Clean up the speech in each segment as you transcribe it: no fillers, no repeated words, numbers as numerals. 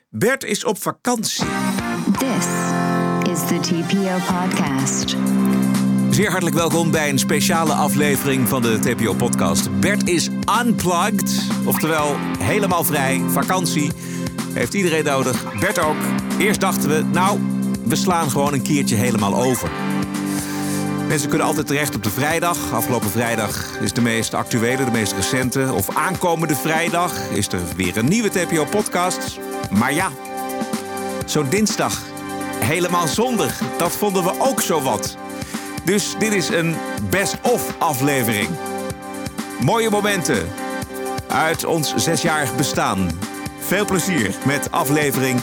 Bert is op vakantie. This is the TPO podcast. Zeer hartelijk welkom bij een speciale aflevering van de TPO-podcast. Bert is unplugged, oftewel helemaal vrij, vakantie. Heeft iedereen nodig, Bert ook. Eerst dachten we, we slaan gewoon een keertje helemaal over. Mensen kunnen altijd terecht op de vrijdag. Afgelopen vrijdag is de meest actuele, de meest recente. Of aankomende vrijdag is er weer een nieuwe TPO-podcast. Maar ja, zo'n dinsdag, helemaal zonder, dat vonden we ook zo wat. Dus dit is een best-of aflevering. Mooie momenten uit ons 6-jarig bestaan. Veel plezier met aflevering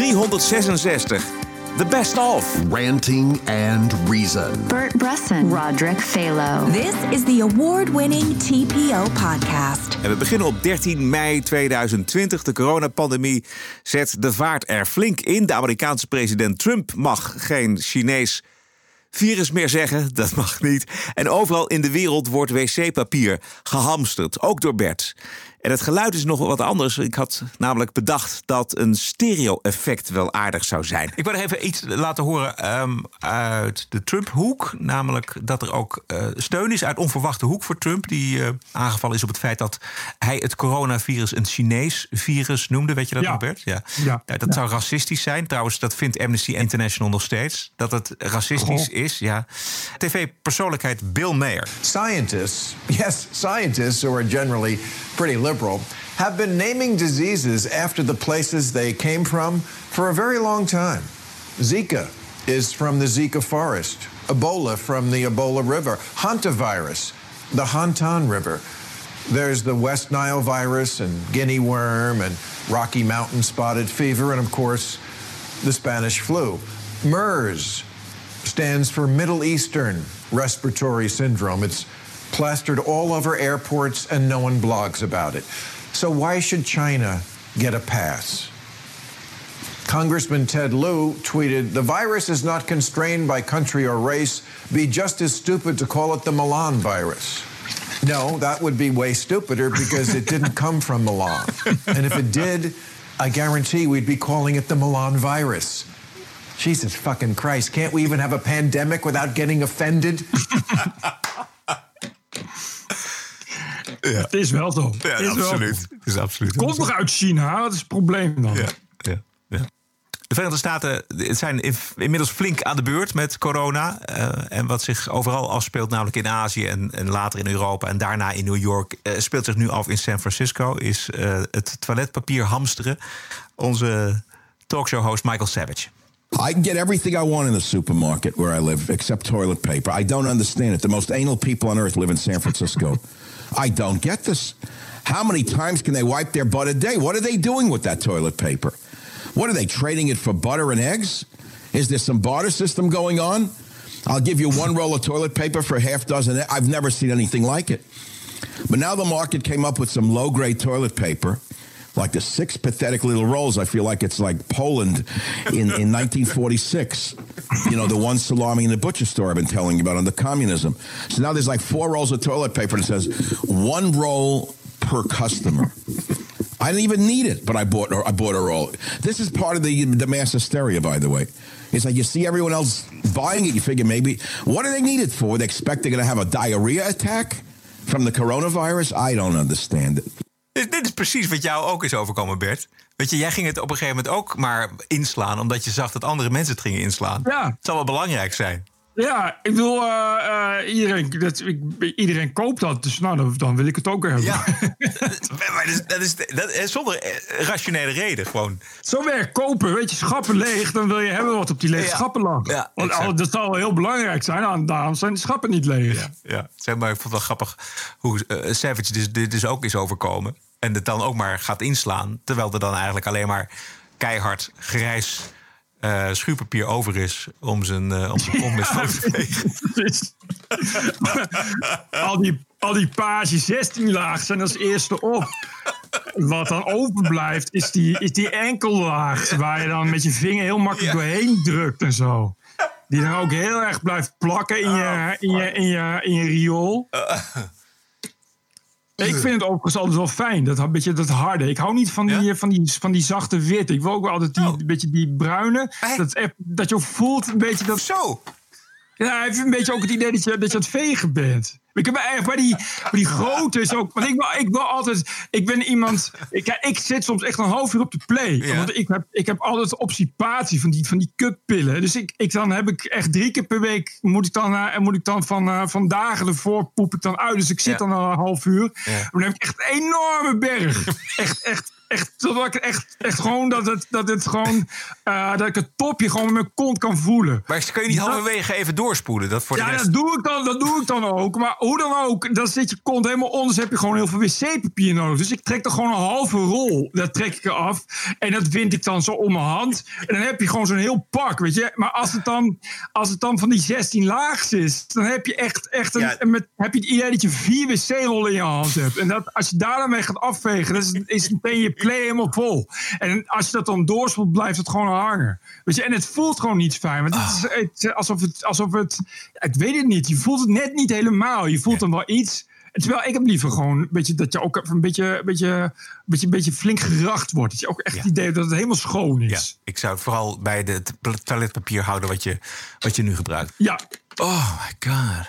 366. The best of. Ranting and Reason. Bert Bresson. Roderick Phalo. This is the award-winning TPO podcast. En we beginnen op 13 mei 2020. De coronapandemie zet de vaart er flink in. De Amerikaanse president Trump mag geen Chinees virus meer zeggen, dat mag niet. En overal in de wereld wordt wc-papier gehamsterd, ook door Bert. En het geluid is nog wat anders. Ik had namelijk bedacht dat een stereo-effect wel aardig zou zijn. Ik wil even iets laten horen uit de Trump-hoek. Namelijk dat er ook steun is uit onverwachte hoek voor Trump. Die aangevallen is op het feit dat hij het coronavirus een Chinees virus noemde. Weet je dat nog, Bert? Ja. Dat zou racistisch zijn. Trouwens, dat vindt Amnesty International nog steeds. Dat het racistisch is, ja. TV-persoonlijkheid Bill Maher. Scientists, who are generally pretty liberal, have been naming diseases after the places they came from for a very long time. Zika is from the Zika forest. Ebola from the Ebola River. Hantavirus, the Hantan River. There's the West Nile virus and guinea worm and Rocky Mountain spotted fever and, of course, the Spanish flu. MERS stands for Middle Eastern Respiratory Syndrome. It's plastered all over airports and no one blogs about it. So why should China get a pass? Congressman Ted Lieu tweeted, "The virus is not constrained by country or race. Be just as stupid to call it the Milan virus." No, that would be way stupider because it didn't come from Milan. And if it did, I guarantee we'd be calling it the Milan virus. Jesus fucking Christ, can't we even have a pandemic without getting offended? Ja. Het is wel zo. Ja, absoluut. Het is absoluut. Komt nog uit China, wat is het probleem dan? Ja. De Verenigde Staten zijn inmiddels flink aan de beurt met corona. En wat zich overal afspeelt, namelijk in Azië en later in Europa en daarna in New York, speelt zich nu af in San Francisco, is het toiletpapier hamsteren. Onze talkshow-host Michael Savage. I can get everything I want in the supermarket where I live, except toilet paper. I don't understand it. The most anal people on earth live in San Francisco. I don't get this. How many times can they wipe their butt a day? What are they doing with that toilet paper? What are they, trading it for butter and eggs? Is there some barter system going on? I'll give you one roll of toilet paper for half dozen. I've never seen anything like it. But now the market came up with some low-grade toilet paper, like the 6 pathetic little rolls. I feel like it's like Poland in 1946. You know, the one salami in the butcher store I've been telling you about under communism. So now there's like 4 rolls of toilet paper and it says 1 roll per customer. I didn't even need it, but I bought a roll. This is part of the mass hysteria, by the way. It's like you see everyone else buying it, you figure maybe, what do they need it for? They expect they're going to have a diarrhea attack from the coronavirus? I don't understand it. Dit is precies wat jou ook is overkomen, Bert. Weet je, jij ging het op een gegeven moment ook maar inslaan, omdat je zag dat andere mensen het gingen inslaan. Ja. Het zal wel belangrijk zijn. Ja, ik bedoel, iedereen koopt dat, dus dan wil ik het ook hebben. Ja, maar dat is zonder rationele reden gewoon. Zo werkt kopen, weet je, schappen leeg, dan wil je hebben wat op die lege schappen lag. Ja, want dat zal wel heel belangrijk zijn, daarom zijn de schappen niet leeg. Ja. Zeg maar, ik vond het wel grappig hoe Savage dit dus ook is overkomen. En het dan ook maar gaat inslaan, terwijl er dan eigenlijk alleen maar keihard grijs schuurpapier over is om zijn onmis te vegen. Al die page 16 laag zijn als eerste op. Wat dan overblijft is die enkellaag, waar je dan met je vinger heel makkelijk doorheen drukt en zo. Die dan ook heel erg blijft plakken in je riool. Ik vind het overigens altijd wel fijn, dat beetje dat harde. Ik hou niet van die zachte witte. Ik wil ook wel altijd een beetje die bruine. Dat je ook voelt een beetje dat... Zo. Ja, hij heeft een beetje ook het idee dat je aan het vegen bent. Ik heb eigenlijk bij die grote is ook... Want ik wil altijd... Ik ben iemand... Ik zit soms echt een half uur op de play. Ja. Want ik heb altijd obstipatie van die cuppillen. Dus dan heb ik echt 3 keer per week... Moet ik dan van dagen ervoor poep ik dan uit. Dus ik zit dan al een half uur. Ja. Dan heb ik echt een enorme berg. Echt, zodat ik echt gewoon dat ik het topje gewoon met mijn kont kan voelen. Maar kun je niet halverwege even doorspoelen? Dat doe ik dan ook. Maar hoe dan ook, dan zit je kont helemaal onder. Dus heb je gewoon heel veel wc-papier nodig. Dus ik trek er gewoon een halve rol. Dat trek ik eraf. En dat wind ik dan zo om mijn hand. En dan heb je gewoon zo'n heel pak, weet je. Maar als het dan van die 16 laags is, dan heb je heb je het idee dat je 4 wc-rollen in je hand hebt. En als je daar dan mee gaat afvegen, dan is meteen je play helemaal vol. En als je dat dan doorspoelt, blijft het gewoon hangen. Weet je? En het voelt gewoon niet fijn. Want het is alsof het... Ik weet het niet. Je voelt het net niet helemaal. Je voelt dan wel iets. Terwijl ik heb liever gewoon een beetje dat je ook even een beetje flink geracht wordt. Dat je ook echt het idee dat het helemaal schoon is. Ja, ik zou het vooral bij het toiletpapier houden wat je nu gebruikt. Ja. Oh my god.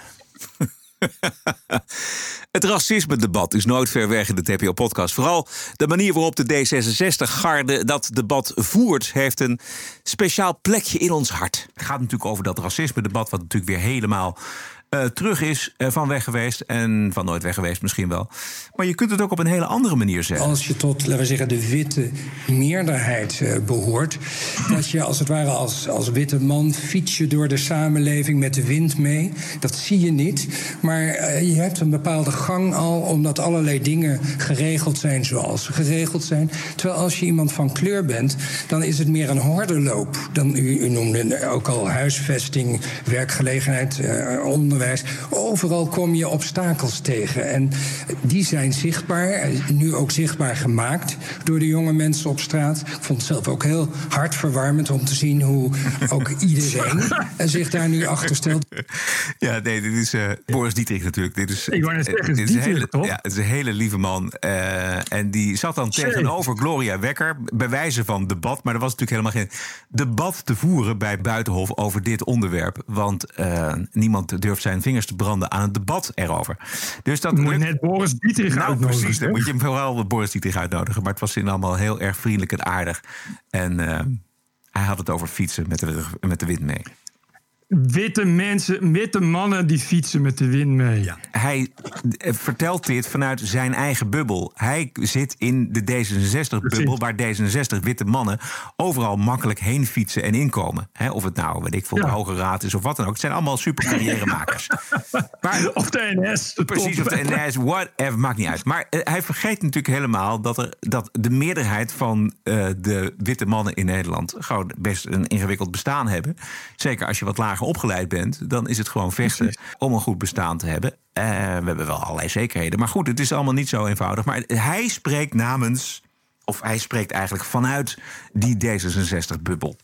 Het racisme-debat is nooit ver weg in de TPO-podcast. Vooral de manier waarop de D66-garde dat debat voert... heeft een speciaal plekje in ons hart. Het gaat natuurlijk over dat racisme-debat... wat natuurlijk weer helemaal terug is van weg geweest... en van nooit weg geweest misschien wel. Maar je kunt het ook op een hele andere manier zeggen. Als je tot, laten we zeggen, de witte meerderheid behoort... dat je als het ware als witte man fiets je door de samenleving met de wind mee. Dat zie je niet. Maar je hebt een bepaalde gang al... omdat allerlei dingen geregeld zijn zoals ze geregeld zijn. Terwijl als je iemand van kleur bent... dan is het meer een hordenloop. Dan, u noemde ook al huisvesting, werkgelegenheid, onderwijs. Overal kom je obstakels tegen. En die zijn zichtbaar, nu ook zichtbaar gemaakt... door de jonge mensen op straat. Ik vond het zelf ook heel hartverwarmend om te zien... hoe ook iedereen zich daar nu achter stelt. Ja, nee, dit is Boris Dietrich natuurlijk. Ik wou net zeggen, dit is toch? Ja, het is een hele lieve man. En die zat dan tegenover Gloria Wekker... bij wijze van debat. Maar er was natuurlijk helemaal geen debat te voeren... bij Buitenhof over dit onderwerp. Want niemand durft zijn vingers te branden aan het debat erover. Dus dat moet net Boris Dietrich uitnodigen. Precies, dan moet je hem vooral Boris Dietrich uitnodigen. Maar het was allemaal heel erg vriendelijk en aardig. En hij had het over fietsen met de wind mee. Witte mannen die fietsen met de wind mee. Ja. Hij vertelt dit vanuit zijn eigen bubbel. Hij zit in de D66-bubbel... waar D66 witte mannen overal makkelijk heen fietsen en inkomen. Of het nou, weet ik veel, de Hoge Raad is of wat dan ook. Het zijn allemaal super carrièremakers. Of de NS. Precies, of de NS, whatever, maakt niet uit. Maar hij vergeet natuurlijk helemaal dat de meerderheid van de witte mannen in Nederland... gewoon best een ingewikkeld bestaan hebben. Zeker als je wat lager opgeleid bent, dan is het gewoon vechten om een goed bestaan te hebben. We hebben wel allerlei zekerheden. Maar goed, het is allemaal niet zo eenvoudig. Maar hij spreekt hij spreekt eigenlijk vanuit die D66-bubbel.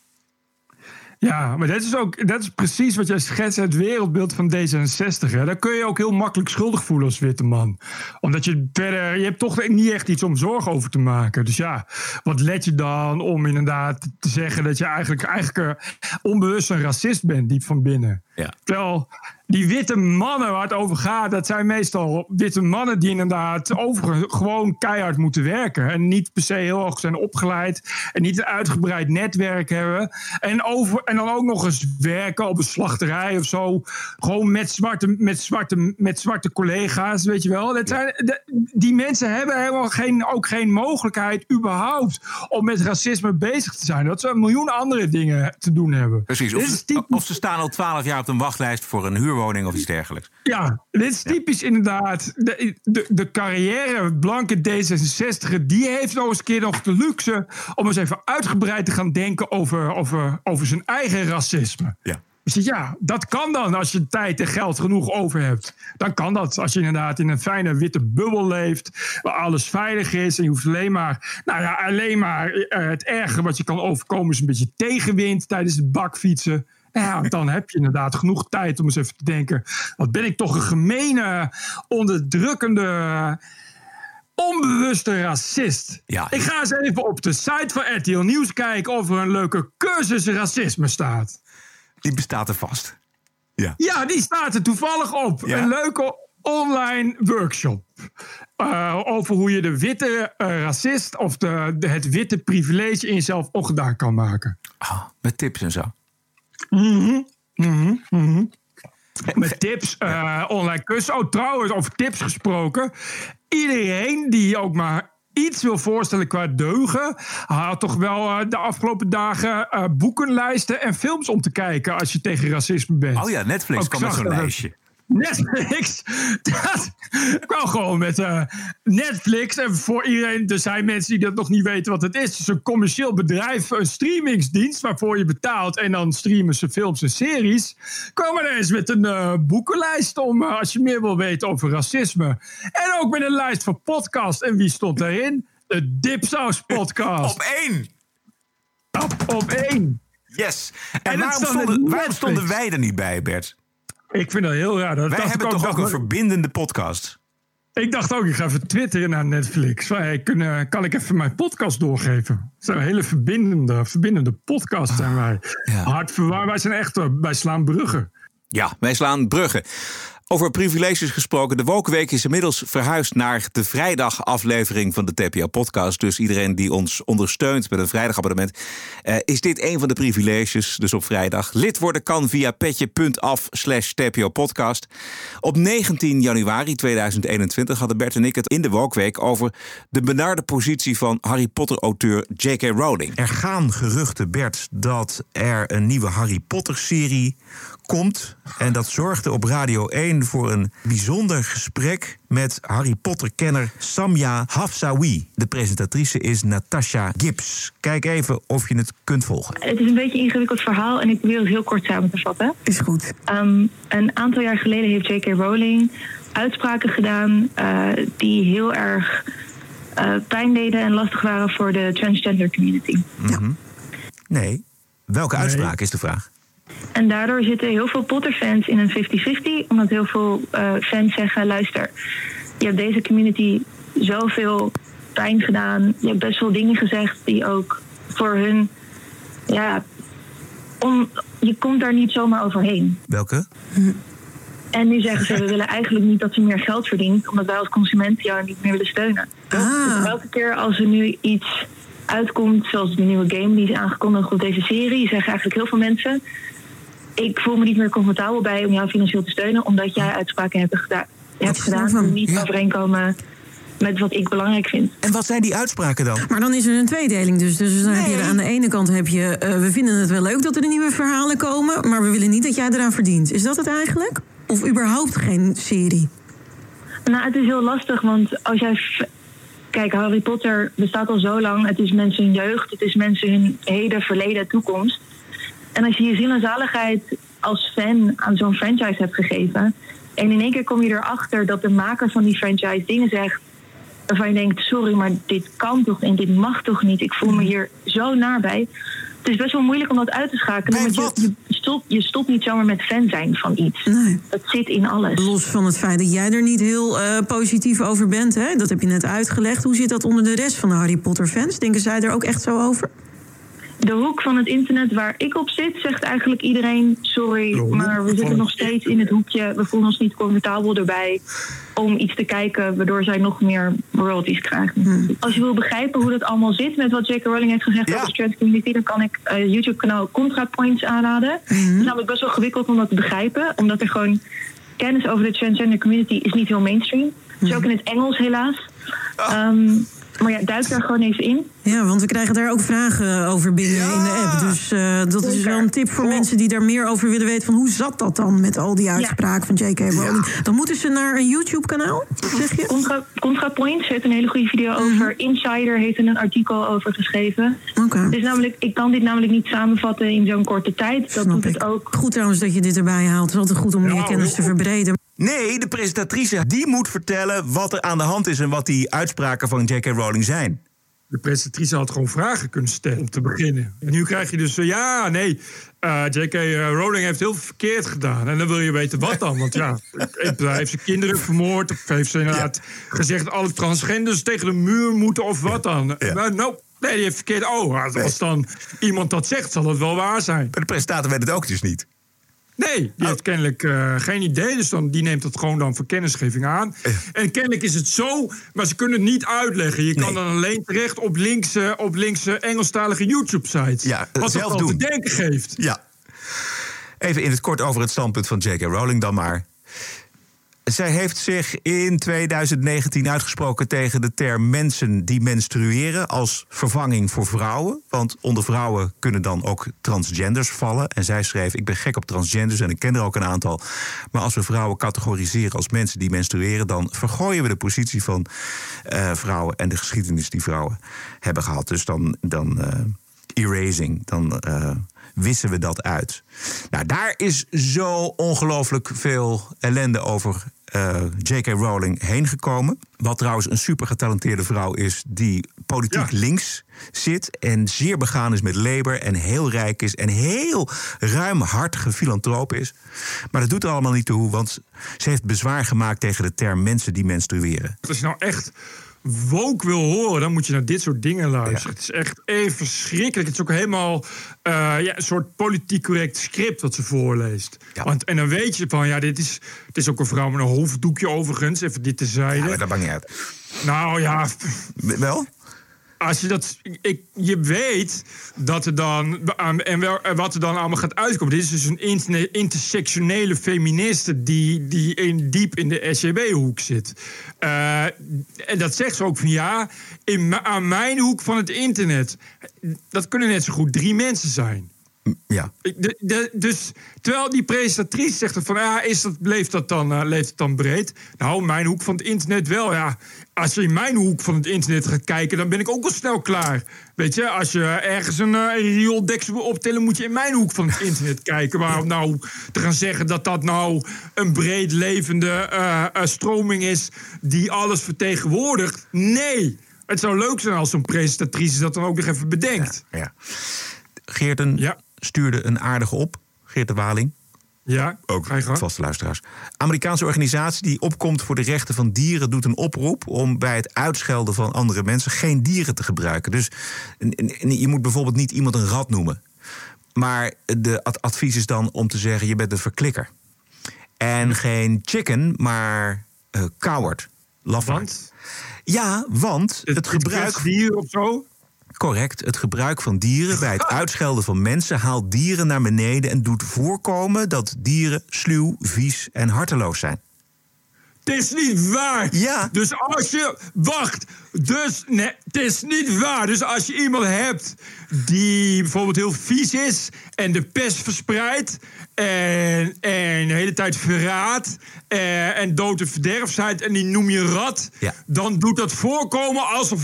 Ja, maar dat is precies wat jij schetst, het wereldbeeld van D66. Hè. Daar kun je ook heel makkelijk schuldig voelen als witte man. Omdat je hebt toch niet echt iets om zorgen over te maken. Dus ja, wat let je dan om inderdaad te zeggen dat je eigenlijk onbewust een racist bent, diep van binnen. Ja. Terwijl die witte mannen waar het over gaat, dat zijn meestal witte mannen die inderdaad gewoon keihard moeten werken. En niet per se heel hoog zijn opgeleid. En niet een uitgebreid netwerk hebben. En dan ook nog eens werken op een slachterij of zo. Gewoon met zwarte collega's, weet je wel. Die mensen hebben helemaal geen mogelijkheid überhaupt om met racisme bezig te zijn. Dat ze een miljoen andere dingen te doen hebben. Precies, of ze staan al 12 jaar op een wachtlijst voor een huurwoning of iets dergelijks. Ja, dit is typisch inderdaad. De carrière blanke D66, die heeft nog eens een keer nog de luxe om eens even uitgebreid te gaan denken over zijn eigen racisme. Ja. Dus ja, dat kan dan als je tijd en geld genoeg over hebt. Dan kan dat als je inderdaad in een fijne witte bubbel leeft, waar alles veilig is en je hoeft alleen maar het erge wat je kan overkomen is een beetje tegenwind tijdens het bakfietsen. Ja, dan heb je inderdaad genoeg tijd om eens even te denken, wat ben ik toch een gemene, onderdrukkende onbewuste racist. Ja. Ik ga eens even op de site van RTL Nieuws kijken of er een leuke cursus racisme staat. Die bestaat er vast. Ja, die staat er toevallig op. Ja. Een leuke online workshop. Over hoe je de witte racist of het witte privilege in jezelf ongedaan kan maken. Met tips en zo. Met tips, online cursus. Oh, trouwens, over tips gesproken. Iedereen die ook maar iets wil voorstellen qua deugen, had toch wel de afgelopen dagen boekenlijsten en films om te kijken als je tegen racisme bent. Oh ja, Netflix Ook kwam met zag zo'n dat- lijstje. Netflix, dat kwam gewoon met Netflix. En voor iedereen, er zijn mensen die dat nog niet weten wat het is. Het is een commercieel bedrijf, een streamingsdienst waarvoor je betaalt. En dan streamen ze films en series. Komen er eens met een boekenlijst om, als je meer wil weten over racisme. En ook met een lijst van podcasts. En wie stond daarin? De Dipsaus podcast. Op 1! Op 1. Yes. En En het waarom staat op stonden Netflix. wij er niet bij, Bert? Ik vind dat heel raar. Dat Wij dacht hebben ik toch ook een verbindende podcast? Ik dacht ook, ik ga even twitteren naar Netflix. Kan ik even mijn podcast doorgeven? Het is een hele verbindende podcast zijn wij. Ja. Hartverwaar, wij zijn echt, wij slaan bruggen. Ja, wij slaan bruggen. Over privileges gesproken. De Woke Week is inmiddels verhuisd naar de vrijdagaflevering van de TPO-podcast. Dus iedereen die ons ondersteunt met een vrijdagabonnement, is dit een van de privileges. Dus op vrijdag. Lid worden kan via petje.af/TPO-podcast. Op 19 januari 2021 hadden Bert en ik het in de Woke Week over de benarde positie van Harry Potter-auteur J.K. Rowling. Er gaan geruchten, Bert, dat er een nieuwe Harry Potter-serie komt. En dat zorgde op Radio 1 voor een bijzonder gesprek met Harry Potter-kenner Samia Hafsawi. De presentatrice is Natasha Gibbs. Kijk even of je het kunt volgen. Het is een beetje een ingewikkeld verhaal en ik probeer het heel kort samen te vatten. Is goed. Een aantal jaar geleden heeft J.K. Rowling uitspraken gedaan die heel erg pijn deden en lastig waren voor de transgender community. Mm-hmm. Nee. Welke uitspraak is de vraag? En daardoor zitten heel veel Potter-fans in een 50-50. Omdat heel veel fans zeggen, luister, je hebt deze community zoveel pijn gedaan. Je hebt best wel dingen gezegd die ook voor hun... je komt daar niet zomaar overheen. Welke? En nu zeggen ze, we willen eigenlijk niet dat ze meer geld verdient, omdat wij als consumenten jou niet meer willen steunen. Dus elke keer als er nu iets uitkomt, zoals de nieuwe game die is aangekondigd op deze serie, zeggen eigenlijk heel veel mensen, ik voel me niet meer comfortabel bij om jou financieel te steunen, omdat jij uitspraken hebt gedaan die niet overeenkomen met wat ik belangrijk vind. En wat zijn die uitspraken dan? Maar dan is er een tweedeling dus. Dus dan heb je aan de ene kant we vinden het wel leuk dat er nieuwe verhalen komen, maar we willen niet dat jij eraan verdient. Is dat het eigenlijk? Of überhaupt geen serie? Nou, het is heel lastig, want als jij... Kijk, Harry Potter bestaat al zo lang. Het is mensen hun jeugd, het is mensen hun heden, verleden, toekomst. En als je je ziel en zaligheid als fan aan zo'n franchise hebt gegeven, en in één keer kom je erachter dat de maker van die franchise dingen zegt waarvan je denkt, sorry, maar dit kan toch en dit mag toch niet. Ik voel me hier zo naar bij. Het is best wel moeilijk om dat uit te schakelen. Want je stopt niet zomaar met fan zijn van iets. Nee. Dat zit in alles. Los van het feit dat jij er niet heel positief over bent. Hè? Dat heb je net uitgelegd. Hoe zit dat onder de rest van de Harry Potter fans? Denken zij er ook echt zo over? De hoek van het internet waar ik op zit, zegt eigenlijk iedereen, sorry, maar we zitten nog steeds in het hoekje. We voelen ons niet comfortabel erbij om iets te kijken waardoor zij nog meer royalties krijgen. Als je wil begrijpen hoe dat allemaal zit met wat J.K. Rowling heeft gezegd over de trans community, dan kan ik YouTube-kanaal ContraPoints aanraden. Het is namelijk best wel gewikkeld om dat te begrijpen, omdat er gewoon kennis over de transgender community is niet heel mainstream. Het is ook in het Engels helaas. Maar ja, duik daar gewoon even in. Ja, want we krijgen daar ook vragen over binnen in de app. Dus dat is wel een tip voor mensen die daar meer over willen weten. Van hoe zat dat dan met al die uitspraken van J.K. Rowling? Dan moeten ze naar een YouTube-kanaal, zeg je? ContraPoints heeft een hele goede video over. Insider heeft er een artikel over geschreven. Dus namelijk, ik kan dit namelijk niet samenvatten in zo'n korte tijd. Dat doet het ook. Goed trouwens dat je dit erbij haalt. Het is altijd goed om je kennis te verbreden. Nee, de presentatrice die moet vertellen wat er aan de hand is en wat die uitspraken van J.K. Rowling zijn. De presentatrice had gewoon vragen kunnen stellen om te beginnen. En nu krijg je dus, J.K. Rowling heeft heel veel verkeerd gedaan. En dan wil je weten wat dan. Want ja, heeft ze kinderen vermoord? Of heeft ze inderdaad gezegd dat alle transgenders tegen de muur moeten of wat dan? Ja. Nee, die heeft verkeerd. Als dan iemand dat zegt, zal het wel waar zijn. Maar de presentator weet het ook dus niet. Nee, die heeft kennelijk geen idee. Dus die neemt dat gewoon dan voor kennisgeving aan. En kennelijk is het zo, maar ze kunnen het niet uitleggen. Je kan dan alleen terecht op linkse Engelstalige YouTube-sites. Ja, wat zelf dat doen. te denken geeft. Ja. Even in het kort over het standpunt van J.K. Rowling dan maar. Zij heeft zich in 2019 uitgesproken tegen de term mensen die menstrueren als vervanging voor vrouwen. Want onder vrouwen kunnen dan ook transgenders vallen. En zij schreef, ik ben gek op transgenders en ik ken er ook een aantal. Maar als we vrouwen categoriseren als mensen die menstrueren, dan vergooien we de positie van vrouwen en de geschiedenis die vrouwen hebben gehad. Dus dan erasing, dan wissen we dat uit. Nou, daar is zo ongelooflijk veel ellende over J.K. Rowling heen gekomen. Wat trouwens een super getalenteerde vrouw is die politiek links zit en zeer begaan is met Labour en heel rijk is en heel ruimhartige filantroop is. Maar dat doet er allemaal niet toe, want ze heeft bezwaar gemaakt tegen de term mensen die menstrueren. Als je nou echt woke wil horen, dan moet je naar dit soort dingen luisteren. Ja. Het is echt even verschrikkelijk. Het is ook helemaal een soort politiek correct script wat ze voorleest. Ja. En dan weet je van, het is ook een vrouw met een hoofddoekje overigens, even dit terzijde. Ja, maar dat maakt niet uit. Nou ja. Wel? Als je dat. Je weet dat er dan. Wat er dan allemaal gaat uitkomen. Dit is dus een intersectionele feministe die diep in de SJW-hoek zit. En dat zegt ze ook van aan mijn hoek van het internet. Dat kunnen net zo goed 3 mensen zijn. Ja. Dus terwijl die presentatrice zegt van leeft het dan breed? Nou, mijn hoek van het internet wel, ja. Als je in mijn hoek van het internet gaat kijken, dan ben ik ook al snel klaar. Weet je, als je ergens een riooldeksel wil optellen, moet je in mijn hoek van het internet kijken. Maar nou te gaan zeggen dat nou een breed levende stroming is die alles vertegenwoordigt. Nee, het zou leuk zijn als zo'n presentatrice dat dan ook nog even bedenkt. Ja. Geerten stuurde een aardige op. Geert de Waling. Ja, ook vaste luisteraars. Amerikaanse organisatie die opkomt voor de rechten van dieren doet een oproep om bij het uitschelden van andere mensen geen dieren te gebruiken. Dus je moet bijvoorbeeld niet iemand een rat noemen. Maar het advies is dan om te zeggen, je bent een verklikker. En geen chicken, maar coward. Lafaard. Ja, want het gebruik... dier of zo? Correct. Het gebruik van dieren bij het uitschelden van mensen haalt dieren naar beneden en doet voorkomen dat dieren sluw, vies en harteloos zijn. Het is niet waar. Ja. Dus als je... Wacht. Dus nee, het is niet waar. Dus als je iemand hebt die bijvoorbeeld heel vies is en de pest verspreidt en de hele tijd verraadt en dood en verderf zijt en die noem je rat, dan doet dat voorkomen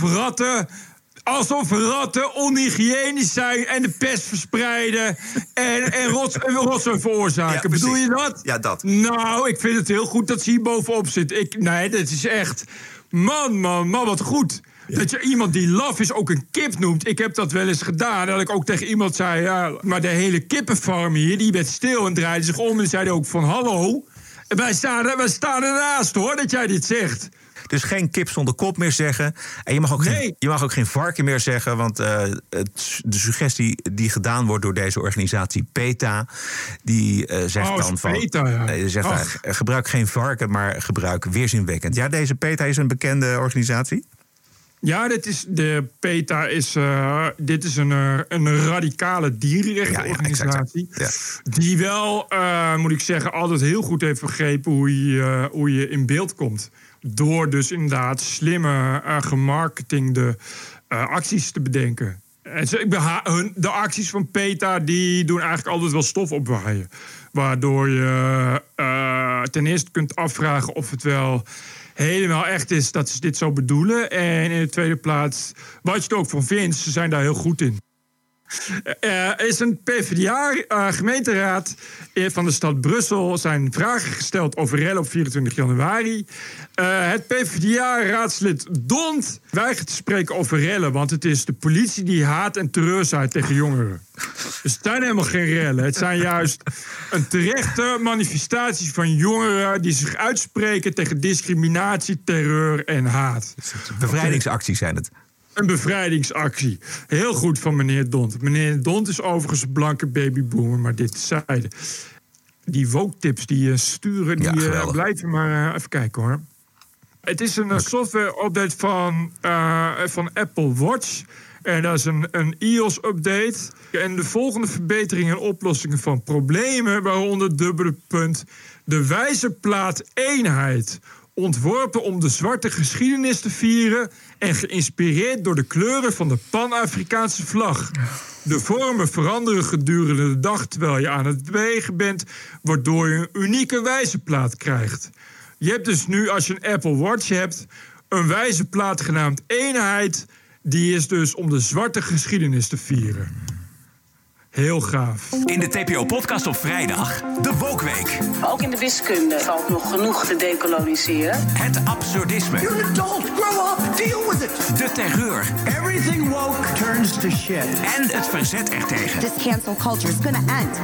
alsof ratten onhygiënisch zijn en de pest verspreiden en rotzooi veroorzaken. Ja, bedoel je dat? Ja, dat. Nou, ik vind het heel goed dat ze hier bovenop zit. Nee, dit is echt... Man, wat goed. Ja. Dat je iemand die laf is ook een kip noemt. Ik heb dat wel eens gedaan. Dat ik ook tegen iemand zei, maar de hele kippenfarm hier, die werd stil en draaide zich om en zeiden ook van hallo. Wij staan ernaast hoor, dat jij dit zegt. Dus geen kip zonder kop meer zeggen. En je mag ook geen varken meer zeggen. Want de suggestie die gedaan wordt door deze organisatie PETA... die zegt dan van... PETA, zegt gebruik geen varken, maar gebruik weerzinwekkend. Ja, deze PETA is een bekende organisatie. Ja, PETA is een radicale dierenrechtenorganisatie. Ja. Die wel, moet ik zeggen, altijd heel goed heeft begrepen hoe je in beeld komt. Door dus inderdaad slimme, gemarketingde acties te bedenken. En de acties van PETA die doen eigenlijk altijd wel stof opwaaien. Waardoor je ten eerste kunt afvragen of het wel helemaal echt is dat ze dit zo bedoelen. En in de tweede plaats, wat je er ook van vindt, ze zijn daar heel goed in. Is een PvdA-gemeenteraad van de stad Brussel zijn vragen gesteld over rellen op 24 januari. Het PvdA-raadslid Dont weigert te spreken over rellen, want het is de politie die haat en terreur zaait tegen jongeren. Dus het zijn helemaal geen rellen. Het zijn juist een terechte manifestatie van jongeren die zich uitspreken tegen discriminatie, terreur en haat. Bevrijdingsacties zijn het. Een bevrijdingsactie. Heel goed van meneer Dont. Meneer Dont is overigens een blanke babyboomer, maar dit tezijde. Die woke-tips die je sturen, die blijven maar even kijken hoor. Het is een software-update van Apple Watch. En dat is een iOS-update. En de volgende verbeteringen en oplossingen van problemen, waaronder dubbele punt, de wijzerplaat eenheid. Ontworpen om de zwarte geschiedenis te vieren en geïnspireerd door de kleuren van de Pan-Afrikaanse vlag. De vormen veranderen gedurende de dag terwijl je aan het bewegen bent, waardoor je een unieke wijzerplaat krijgt. Je hebt dus nu, als je een Apple Watch hebt, een wijzerplaat genaamd eenheid. Die is dus om de zwarte geschiedenis te vieren. Heel gaaf. In de TPO-podcast op vrijdag, de Woke-week. Ook in de wiskunde valt nog genoeg te dekoloniseren. Het absurdisme. You're an adult, grow up, deal with it. De terreur. Everything woke turns to shit. En het verzet ertegen. This cancel culture is gonna end.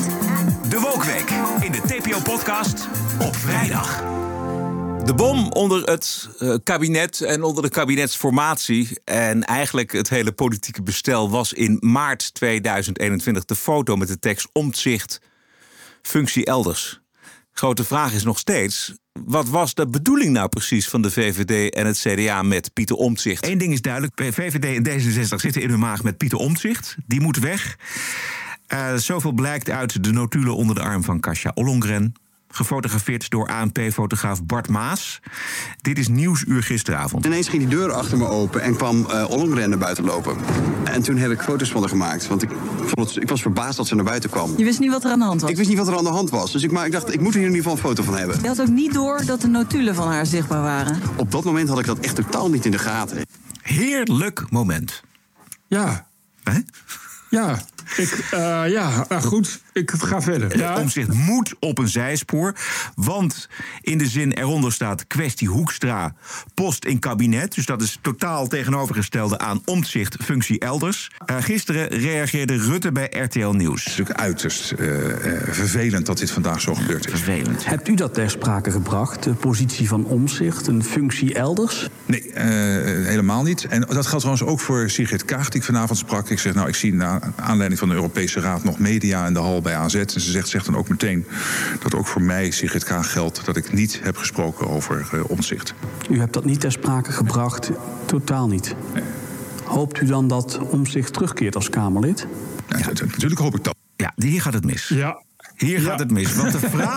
De Woke-week in de TPO-podcast op vrijdag. De bom onder het kabinet en onder de kabinetsformatie en eigenlijk het hele politieke bestel was in maart 2021 de foto met de tekst Omtzigt, functie elders. Grote vraag is nog steeds, wat was de bedoeling nou precies van de VVD en het CDA met Pieter Omtzigt? Eén ding is duidelijk, VVD en D66 zitten in hun maag met Pieter Omtzigt. Die moet weg. Zoveel blijkt uit de notulen onder de arm van Kasia Ollongren. Gefotografeerd door ANP-fotograaf Bart Maas. Dit is Nieuwsuur gisteravond. Ineens ging die deur achter me open en kwam Ollongren naar buiten lopen. En toen heb ik foto's van haar gemaakt. Want ik was verbaasd dat ze naar buiten kwam. Je wist niet wat er aan de hand was? Ik wist niet wat er aan de hand was. Dus ik dacht, ik moet hier in ieder geval een foto van hebben. Je had ook niet door dat de notulen van haar zichtbaar waren? Op dat moment had ik dat echt totaal niet in de gaten. Heerlijk moment. Ja. Hè? Ja. Goed. Ik ga verder. Ja. Omtzigt moet op een zijspoor. Want in de zin eronder staat kwestie Hoekstra, post in kabinet. Dus dat is totaal tegenovergestelde aan Omtzigt, functie elders. Gisteren reageerde Rutte bij RTL Nieuws. Het is natuurlijk uiterst vervelend dat dit vandaag zo gebeurd is. Vervelend. Hebt u dat ter sprake gebracht, de positie van Omtzigt, een functie elders? Nee, helemaal niet. En dat geldt trouwens ook voor Sigrid Kaag, die ik vanavond sprak. Ik zeg, ik zie naar aanleiding van de Europese Raad nog media in de hal bij AZ. En ze zegt dan ook meteen dat ook voor mij, Sigrid Kaag, geldt dat ik niet heb gesproken over Omtzigt. U hebt dat niet ter sprake gebracht? Totaal niet? Nee. Hoopt u dan dat Omtzigt terugkeert als Kamerlid? Ja, natuurlijk hoop ik dat. Ja, hier gaat het mis. Ja. Hier gaat het mis. Want de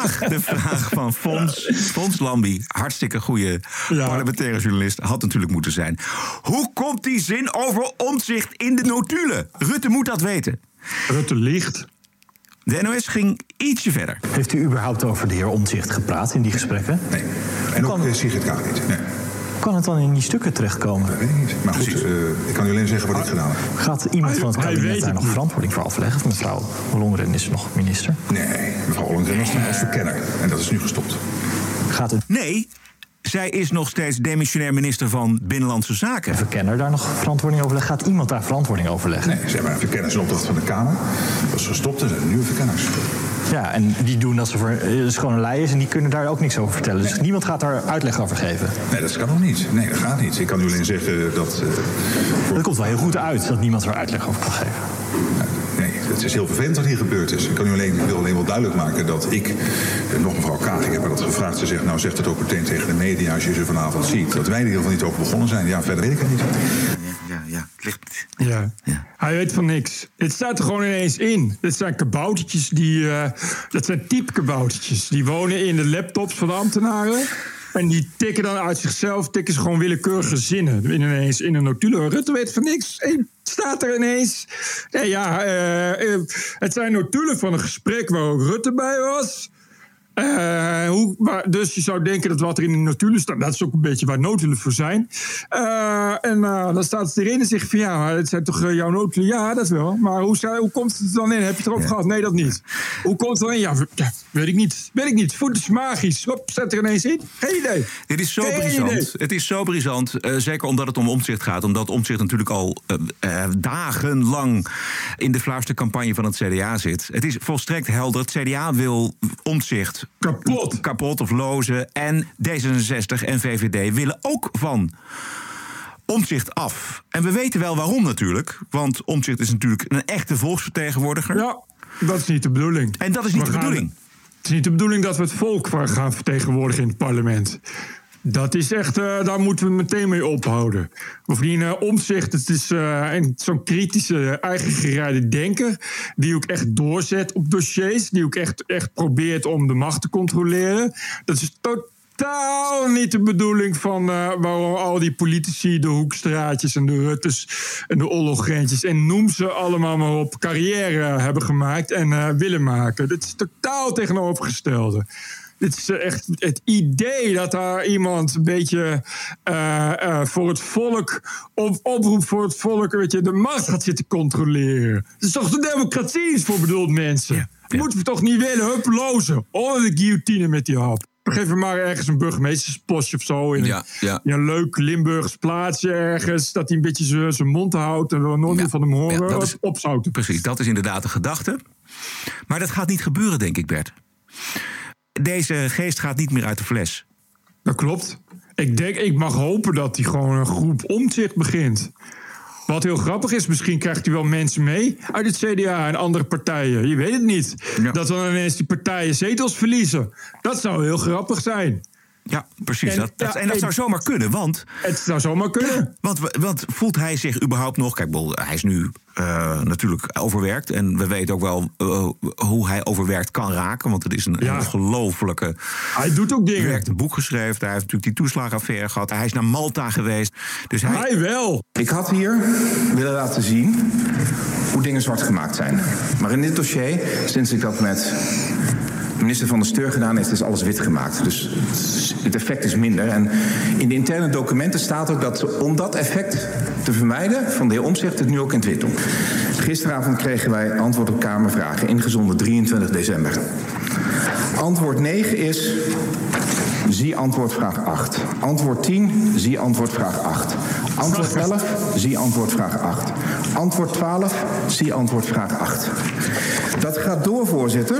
vraag van Fons Lambie, hartstikke goede parlementaire journalist, had natuurlijk moeten zijn: hoe komt die zin over Omtzigt in de notulen? Rutte moet dat weten. Rutte liegt. De NOS ging ietsje verder. Heeft u überhaupt over de heer Omtzigt gepraat in die gesprekken? Nee. En ook Sigrid Kaag niet. Nee. Kan het dan in die stukken terechtkomen? Dat weet ik niet. Maar goed, ik kan u alleen zeggen wat ik gedaan heb. Gaat iemand van het kabinet daar nog verantwoording voor afleggen? Want mevrouw Ollongren is nog minister. Nee, mevrouw Ollongren was als verkenner. En dat is nu gestopt. Gaat het... Nee, zij is nog steeds demissionair minister van Binnenlandse Zaken. Een verkenner daar nog verantwoording over leggen? Gaat iemand daar verantwoording over leggen? Nee, ze hebben een verkennersopdracht van de Kamer. Dat is gestopt en zijn er nieuwe verkenners. Ja, en die doen dat ze voor gewoon een lei is en die kunnen daar ook niks over vertellen. Dus niemand gaat daar uitleg over geven. Nee, dat kan nog niet. Nee, dat gaat niet. Ik kan u alleen zeggen dat... Dat komt wel heel goed uit dat niemand er uitleg over kan geven. Nee, het is heel vervelend wat hier gebeurd is. Ik kan u alleen wel duidelijk maken dat ik, nog mevrouw Kaag, ik heb haar dat gevraagd. Ze zegt, zegt het ook meteen tegen de media als je ze vanavond ziet. Dat wij er in ieder geval niet over begonnen zijn. Ja, verder weet ik het niet. Ja, het ligt... Ja. Hij weet van niks. Het staat er gewoon ineens in. Dit zijn kaboutertjes dat zijn typekaboutertjes. Die wonen in de laptops van de ambtenaren. En die tikken dan uit zichzelf, tikken ze gewoon willekeurige zinnen ineens in een notulen. Rutte weet van niks. Het staat er ineens. Nee, het zijn notulen van een gesprek waar ook Rutte bij was. Dus je zou denken dat wat er in de notulen staat, dat is ook een beetje waar notulen voor zijn. Dan staat het erin en zegt van ja, het zijn toch jouw notulen? Ja, dat wel. Maar hoe komt het dan in? Heb je het erover gehad? Nee, dat niet. Hoe komt het dan in? Ja, weet ik niet. Voet is magisch. Hop, zet er ineens in. Geen idee. Dit is zo brisant. Het is zo brisant. Zeker omdat het om Omtzigt gaat. Omdat Omtzigt natuurlijk al dagenlang in de fluistercampagne van het CDA zit. Het is volstrekt helder. Het CDA wil Omtzigt kapot of lozen. En D66 en VVD willen ook van Omtzigt af. En we weten wel waarom natuurlijk. Want Omtzigt is natuurlijk een echte volksvertegenwoordiger. Ja, dat is niet de bedoeling. En dat is niet de bedoeling. Het is niet de bedoeling dat we het volk gaan vertegenwoordigen in het parlement. Dat is echt, daar moeten we meteen mee ophouden. Bovendien, Omtzigt, het is zo'n kritische, eigengereide denker die ook echt doorzet op dossiers, die ook echt probeert om de macht te controleren. Dat is totaal niet de bedoeling van waarom al die politici, de Hoekstraatjes en de Ruttes en de Ollogentjes en noem ze allemaal maar op, carrière hebben gemaakt en willen maken. Dat is totaal tegenovergestelde. Dit is echt het idee dat daar iemand een beetje voor het volk, oproep voor het volk, weet je, de macht gaat zitten controleren. Dat is toch de democratie is voor bedoeld, mensen. Ja. Dat moeten we toch niet willen, huppelozen. Onder de guillotine met die hap. Geef hem maar ergens een burgemeesterspostje of zo. In een leuk Limburgs plaatsje ergens. Dat hij een beetje zijn mond houdt. En we nooit meer van hem horen. Opzouten. Precies, dat is inderdaad de gedachte. Maar dat gaat niet gebeuren, denk ik, Bert. Deze geest gaat niet meer uit de fles. Dat klopt. Ik mag hopen dat hij gewoon een groep Omtzigt begint. Wat heel grappig is, misschien krijgt hij wel mensen mee uit het CDA en andere partijen. Je weet het niet. Ja. Dat dan ineens die partijen zetels verliezen. Dat zou heel grappig zijn. Ja, precies. En dat zou zomaar kunnen, want... Het zou zomaar kunnen. Want voelt hij zich überhaupt nog... Kijk, hij is nu natuurlijk overwerkt. En we weten ook wel hoe hij overwerkt kan raken. Want het is een ongelofelijke... Hij doet ook dingen. Hij heeft een boek geschreven. Hij heeft natuurlijk die toeslagenaffaire gehad. Hij is naar Malta geweest. Dus hij wel. Ik had hier willen laten zien hoe dingen zwart gemaakt zijn. Maar in dit dossier, sinds ik dat met minister Van der Steur gedaan heeft, is alles wit gemaakt. Dus het effect is minder. En in de interne documenten staat ook dat om dat effect te vermijden van de heer Omtzigt het nu ook in het wit doen. Gisteravond kregen wij antwoord op Kamervragen, ingezonden 23 december. Antwoord 9 is: zie antwoord vraag 8. Antwoord 10, zie antwoord vraag 8. Antwoord 11, zie antwoord vraag 8. Antwoord 12, zie antwoord vraag 8. Dat gaat door, voorzitter,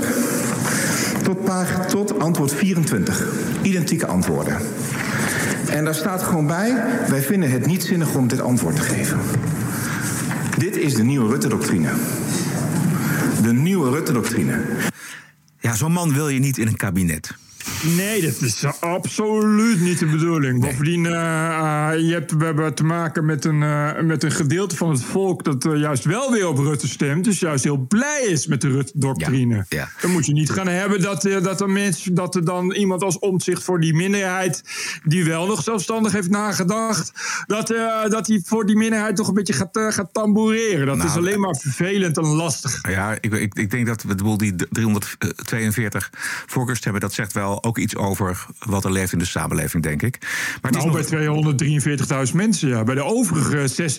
tot antwoord 24. Identieke antwoorden. En daar staat gewoon bij: wij vinden het niet zinnig om dit antwoord te geven. Dit is de nieuwe Rutte-doctrine. De nieuwe Rutte-doctrine. Ja, zo'n man wil je niet in een kabinet. Nee, dat is absoluut niet de bedoeling. Nee. Bovendien, we hebben te maken met een gedeelte van het volk dat juist wel weer op Rutte stemt. Dus juist heel blij is met de Rutte-doctrine. Ja. Dan moet je niet gaan hebben dat er dan iemand als Omtzigt voor die minderheid, die wel nog zelfstandig heeft nagedacht, dat hij voor die minderheid toch een beetje gaat tamboureren. Dat is alleen maar vervelend en lastig. Ja, ik denk dat die 342 voorkeurstemmen, dat zegt wel ook iets over wat er leeft in de samenleving, denk ik. Maar het is bij 243.000 mensen, ja. Bij de overige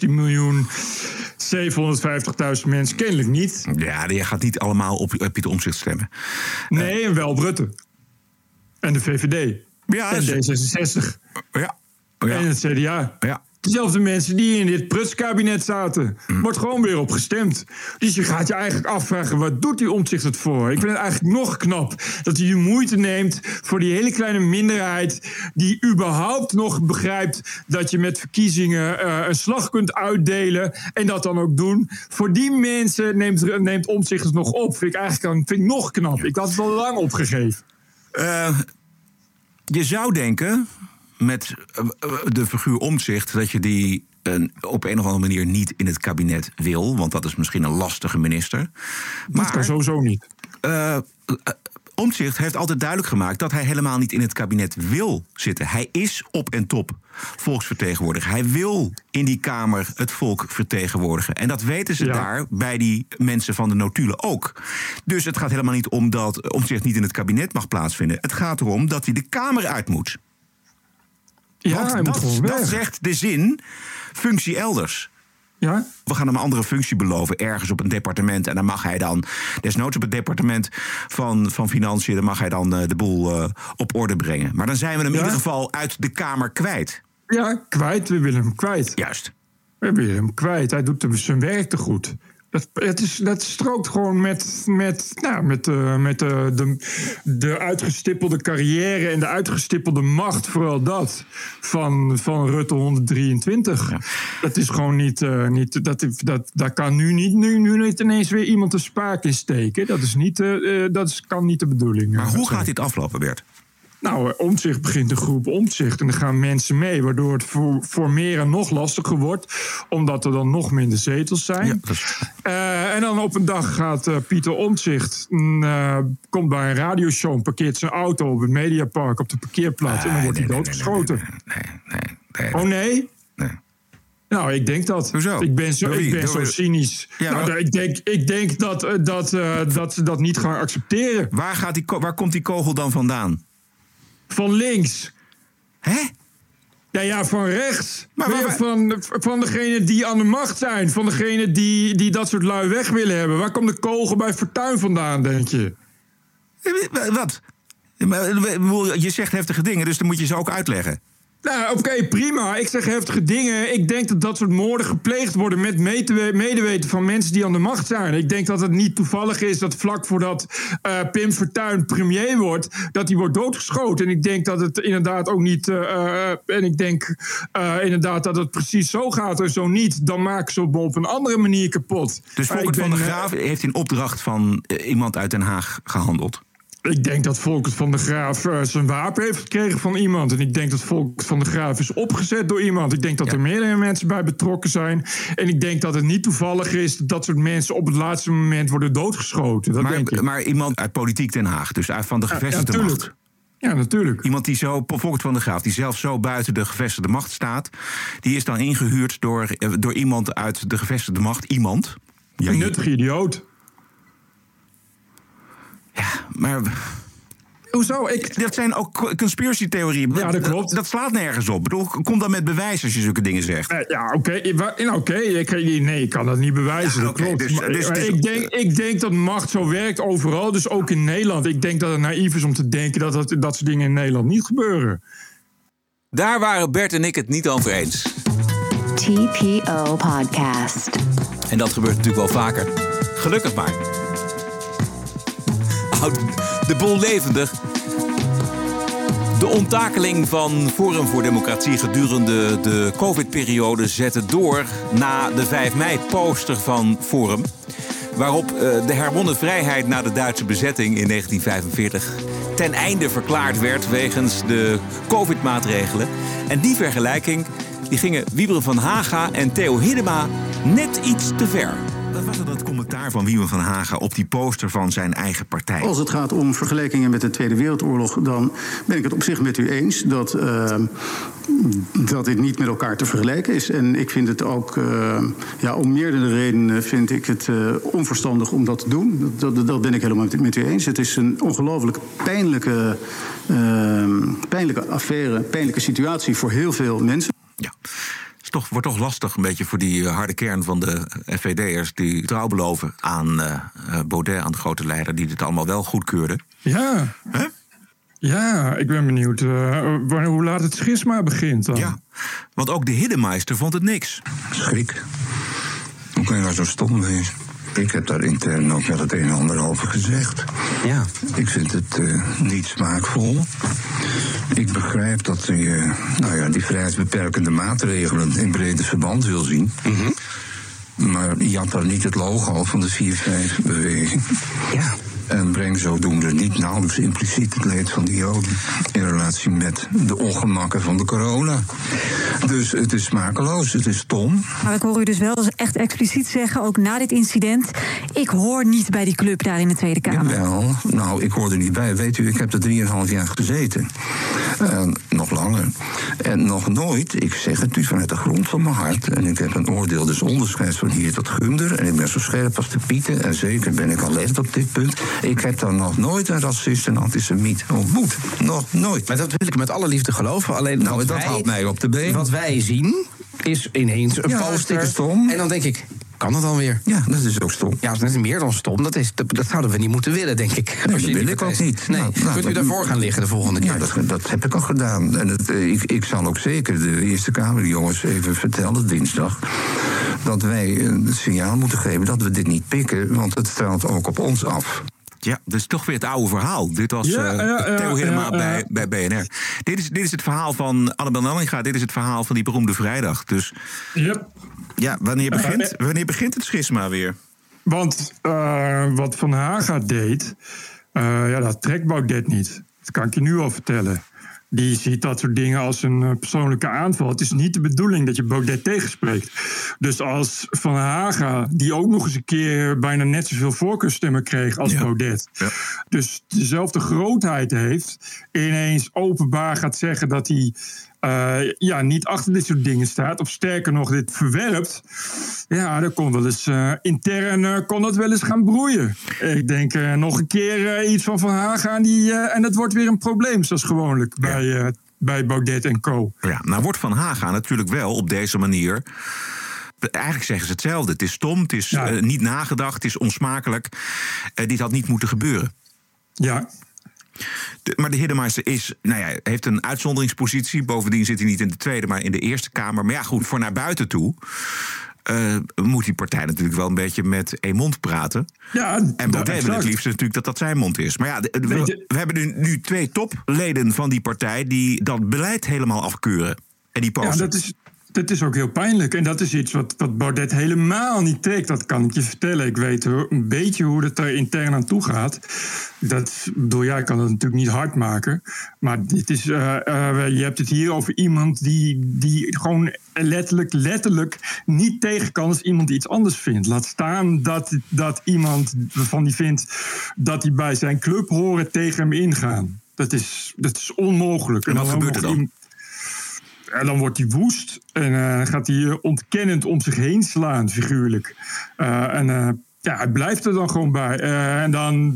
16.750.000 mensen kennelijk niet. Ja, je gaat niet allemaal op Pieter Omtzigt stemmen. Nee, en wel op Rutte. En de VVD. Ja, en D66. Ja. En het CDA. Ja. Dezelfde mensen die in dit prutskabinet zaten. Wordt gewoon weer op gestemd. Dus je gaat je eigenlijk afvragen, wat doet die Omtzigt het voor? Ik vind het eigenlijk nog knap dat hij de moeite neemt voor die hele kleine minderheid die überhaupt nog begrijpt dat je met verkiezingen een slag kunt uitdelen en dat dan ook doen. Voor die mensen neemt Omtzigt het nog op. Vind ik nog knap. Ik had het al lang opgegeven. Je zou denken, met de figuur Omtzigt, dat je die op een of andere manier niet in het kabinet wil. Want dat is misschien een lastige minister. Maar dat kan sowieso niet. Omtzigt heeft altijd duidelijk gemaakt dat hij helemaal niet in het kabinet wil zitten. Hij is op en top volksvertegenwoordiger. Hij wil in die Kamer het volk vertegenwoordigen. En dat weten ze daar bij die mensen van de notulen ook. Dus het gaat helemaal niet om dat Omtzigt niet in het kabinet mag plaatsvinden. Het gaat erom dat hij de Kamer uit moet. Ja, want dat zegt de zin functie elders. Ja? We gaan hem een andere functie beloven, ergens op een departement. En dan mag hij dan, desnoods op het departement van Financiën... dan mag hij dan de boel op orde brengen. Maar dan zijn we hem in ieder geval uit de Kamer kwijt. Ja, kwijt. We willen hem kwijt. Juist. We willen hem kwijt. Hij doet zijn werk te goed. Dat strookt gewoon met de uitgestippelde carrière en de uitgestippelde macht, vooral dat, van Rutte 123. Ja. Dat is gewoon niet daar kan nu niet ineens weer iemand de spaak in steken. Dat kan niet de bedoeling. Maar hoe gaat dit aflopen, Bert? Nou, Omtzigt begint de groep Omtzigt en er gaan mensen mee, waardoor het formeren nog lastiger wordt, omdat er dan nog minder zetels zijn. Ja, en dan op een dag gaat Pieter Omtzigt, komt bij een radioshow, parkeert zijn auto op het Mediapark op de parkeerplaats en dan wordt hij doodgeschoten. Nee. Oh nee? Nee. Nou, ik denk dat. Hoezo? Ik ben zo cynisch. Ja, nou, ik denk dat ze dat niet gaan accepteren. Waar komt die kogel dan vandaan? Van links. Hè? Ja, van rechts. Maar van degene die aan de macht zijn. Van degene die dat soort lui weg willen hebben. Waar komt de kogel bij Fortuyn vandaan, denk je? Wat? Je zegt heftige dingen, dus dan moet je ze ook uitleggen. Nou, oké, prima. Ik zeg heftige dingen. Ik denk dat soort moorden gepleegd worden met medeweten van mensen die aan de macht zijn. Ik denk dat het niet toevallig is dat vlak voordat Pim Fortuyn premier wordt, dat hij wordt doodgeschoten. En ik denk dat het inderdaad ook niet. En ik denk inderdaad dat het precies zo gaat en zo niet. Dan maken ze op een andere manier kapot. Dus Volkert van der Graaf heeft in opdracht van iemand uit Den Haag gehandeld? Ik denk dat Volkert van der Graaf zijn wapen heeft gekregen van iemand. En ik denk dat Volkert van der Graaf is opgezet door iemand. Ik denk dat er meerdere mensen bij betrokken zijn. En ik denk dat het niet toevallig is dat soort mensen op het laatste moment worden doodgeschoten. Dat denk ik. Maar iemand uit politiek Den Haag, dus uit van de gevestigde macht. Ja, natuurlijk. Iemand die Volkert van der Graaf, die zelf zo buiten de gevestigde macht staat, die is dan ingehuurd door iemand uit de gevestigde macht. Iemand. Ja, een nuttige idioot. Ja, maar hoezo? Dat zijn ook conspiracy-theorieën. Ja, dat klopt. Dat slaat nergens op. Ik bedoel, kom dan met bewijs als je zulke dingen zegt. Ja, oké. Nee, ik kan dat niet bewijzen. Dat klopt. Maar ik denk dat macht zo werkt overal, dus ook in Nederland. Ik denk dat het naïef is om te denken dat soort dingen in Nederland niet gebeuren. Daar waren Bert en ik het niet over eens. TPO Podcast. En dat gebeurt natuurlijk wel vaker. Gelukkig maar. De boel levendig. De onttakeling van Forum voor Democratie gedurende de COVID-periode zette door na de 5 mei-poster van Forum, waarop de herwonnen vrijheid na de Duitse bezetting in 1945 ten einde verklaard werd wegens de COVID-maatregelen. En die vergelijking die gingen Wiebren van Haga en Theo Hiddema net iets te ver. Wat was dat commentaar van Wiebren van Haga op die poster van zijn eigen partij? Als het gaat om vergelijkingen met de Tweede Wereldoorlog, dan ben ik het op zich met u eens dat dit niet met elkaar te vergelijken is. En ik vind het ook, om meerdere redenen vind ik het onverstandig om dat te doen. Dat ben ik helemaal met u eens. Het is een ongelooflijk pijnlijke affaire, pijnlijke situatie voor heel veel mensen. Ja. Wordt toch lastig een beetje voor die harde kern van de FVD'ers die trouw beloven aan Baudet, aan de grote leider, die dit allemaal wel goedkeurde. Ja. Huh? Ja, ik ben benieuwd hoe laat het schisma begint dan. Ja, want ook de Hiddemeister vond het niks. Schrik. Hoe kan je nou zo stom wezen? Ik heb daar intern ook wel het een en ander over gezegd. Ja. Ik vind het niet smaakvol. Ik begrijp dat je die vrijheidsbeperkende maatregelen in brede verband wil zien. Mm-hmm. Maar jat daar niet het logo van de 4-5-beweging. Ja. En breng zodoende niet nauwelijks impliciet het leed van de Joden in relatie met de ongemakken van de corona. Dus het is smakeloos, het is stom. Maar ik hoor u dus wel echt expliciet zeggen, ook na dit incident, ik hoor niet bij die club daar in de Tweede Kamer. Jawel, nou, ik hoor er niet bij. Weet u, ik heb er 3,5 jaar gezeten. Nog langer. En nog nooit, ik zeg het u vanuit de grond van mijn hart, en ik heb een oordeel des onderscheids van hier tot Gunder, en ik ben zo scherp als de pieten, en zeker ben ik alert op dit punt. Ik heb dan nog nooit een racist en antisemiet ontmoet. Nog nooit. Maar dat wil ik met alle liefde geloven. Alleen nou, dat houdt mij op de been. Wat wij zien is ineens een poster. Stom. En dan denk ik, kan dat dan weer? Ja, dat is ook stom. Ja, dat is meer dan stom. Dat zouden we niet moeten willen, denk ik. Nee, dat wil ik ook niet. Nee. Kunt u daarvoor gaan liggen de volgende keer? Ja, dat heb ik al gedaan. En ik zal ook zeker de Eerste Kamerjongens even vertellen, dinsdag, dat wij het signaal moeten geven dat we dit niet pikken, want het straalt ook op ons af. Ja, dus toch weer het oude verhaal. Dit was Theo Hiddema bij BNR. Dit is het verhaal van Annabel Nanninga. Dit is het verhaal van die beroemde vrijdag. Dus ja, wanneer begint het schisma weer? Want wat Van Haga deed, dat trekt Baudet niet. Dat kan ik je nu al vertellen. Die ziet dat soort dingen als een persoonlijke aanval. Het is niet de bedoeling dat je Baudet tegenspreekt. Dus als Van Haga, die ook nog eens een keer bijna net zoveel voorkeurstemmen kreeg als Baudet, dus dezelfde grootheid heeft, ineens openbaar gaat zeggen dat hij niet achter dit soort dingen staat, of sterker nog dit verwerpt, dan kon wel eens intern kon dat wel eens gaan broeien. Ik denk nog een keer iets van Haga en dat wordt weer een probleem, zoals gewoonlijk bij Baudet en co. Ja, nou wordt Van Haga natuurlijk wel op deze manier, eigenlijk zeggen ze hetzelfde. Het is stom, het is niet nagedacht, het is onsmakelijk. Dit had niet moeten gebeuren. Ja. Maar de Hiddema heeft een uitzonderingspositie. Bovendien zit hij niet in de Tweede, maar in de Eerste Kamer. Maar ja, goed, voor naar buiten toe moet die partij natuurlijk wel een beetje met één mond praten. Ja, en Baudet wil het liefst natuurlijk dat zijn mond is. Maar ja, we hebben nu 2 topleden van die partij die dat beleid helemaal afkeuren. En die posten. Ja, dat is ook heel pijnlijk. En dat is iets wat Baudet helemaal niet trekt. Dat kan ik je vertellen. Ik weet een beetje hoe het er intern aan toe gaat. Jij kan het natuurlijk niet hard maken. Maar dit is, je hebt het hier over iemand die gewoon letterlijk niet tegen kan als iemand iets anders vindt. Laat staan dat iemand waarvan die vindt dat hij bij zijn club horen tegen hem ingaan. Dat is onmogelijk. En wat gebeurt er dan? En dan wordt hij woest en gaat hij ontkennend om zich heen slaan, figuurlijk. Hij blijft er dan gewoon bij. En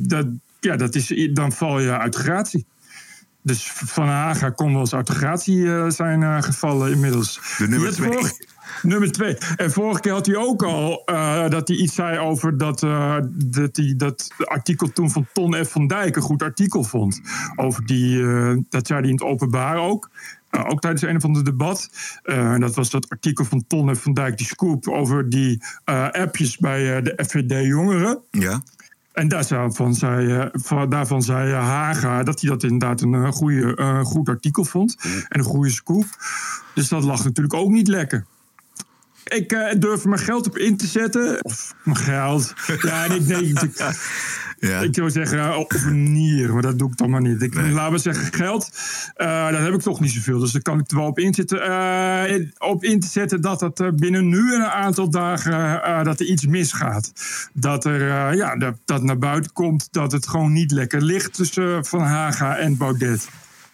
dan val je uit de gratie. Dus Van Haga kon wel eens uit de gratie zijn gevallen inmiddels. De nummer 2. Nummer 2. En vorige keer had hij ook al dat hij iets zei over dat artikel toen van Ton F. van Dijk een goed artikel vond. Over dat zei hij in het openbaar ook. Ook tijdens een of ander debat. Dat was dat artikel van Ton F. van Dijk, die scoop over die appjes bij de FVD-jongeren. Ja. En daarvan zei Haga dat hij dat inderdaad een goed artikel vond. En een goede scoop. Dus dat lag natuurlijk ook niet lekker. Ik durf er mijn geld op in te zetten. Of mijn geld. Ja, en ik denk... Ik zou zeggen, op een nier, maar dat doe ik dan maar niet. Laten we zeggen, geld, daar heb ik toch niet zoveel. Dus daar kan ik er wel op in te zetten dat het binnen nu een aantal dagen dat er iets misgaat. Dat dat naar buiten komt, dat het gewoon niet lekker ligt tussen Van Haga en Baudet.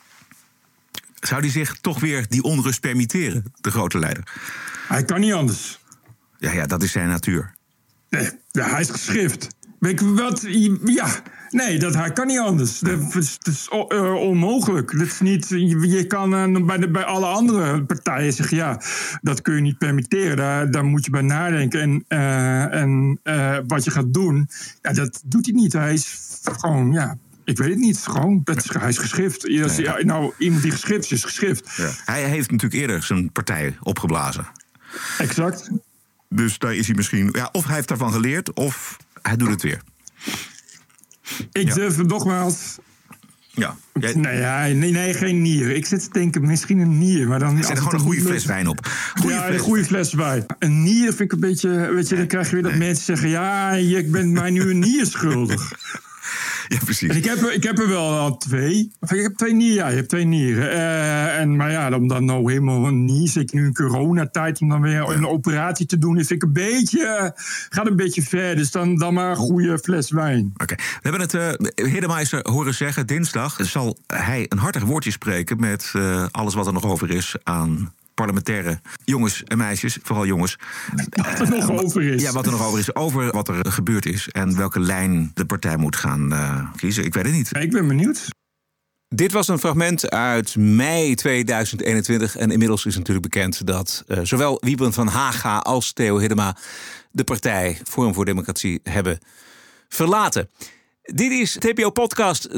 Zou die zich toch weer die onrust permitteren, de grote leider? Hij kan niet anders. Ja, dat is zijn natuur. Nee, hij is geschrift. Weet je wat? Ja, nee, hij kan niet anders. Dat is onmogelijk. Dat is niet, je kan bij alle andere partijen zeggen, dat kun je niet permitteren. Daar moet je bij nadenken. En wat je gaat doen, dat doet hij niet. Hij is gewoon, ik weet het niet. Gewoon, hij is geschrift. Iemand die geschrift is geschrift. Ja. Hij heeft natuurlijk eerder zijn partij opgeblazen. Exact. Dus daar is hij misschien... Ja, of hij heeft daarvan geleerd, of hij doet het weer. Ik durf nogmaals... Ja. Nee, geen nier. Ik zit te denken, misschien een nier. Maar dan zet er gewoon een goede fles wijn op. Een goede fles wijn. Een nier vind ik een beetje... Weet je, dan krijg je weer dat mensen zeggen... Ja, je bent mij nu een nier schuldig. Ja, precies. En ik heb er wel al 2. Of ik heb 2 nieren. Ja, je hebt 2 nieren. Maar ja, om dan nou helemaal een nier... Zeker nu in coronatijd... om dan weer een operatie te doen... vind ik een beetje... gaat een beetje ver. Dus dan maar een goede fles wijn. Oké. We hebben het Hedemeister horen zeggen... dinsdag zal hij een hartig woordje spreken... met alles wat er nog over is aan... parlementaire jongens en meisjes, vooral jongens. Wat er nog over is. Ja, wat er nog over is. Over wat er gebeurd is en welke lijn de partij moet gaan kiezen. Ik weet het niet. Ik ben benieuwd. Dit was een fragment uit mei 2021. En inmiddels is natuurlijk bekend dat zowel Wiebren van Haga als Theo Hiddema de partij Forum voor Democratie hebben verlaten. Dit is TPO Podcast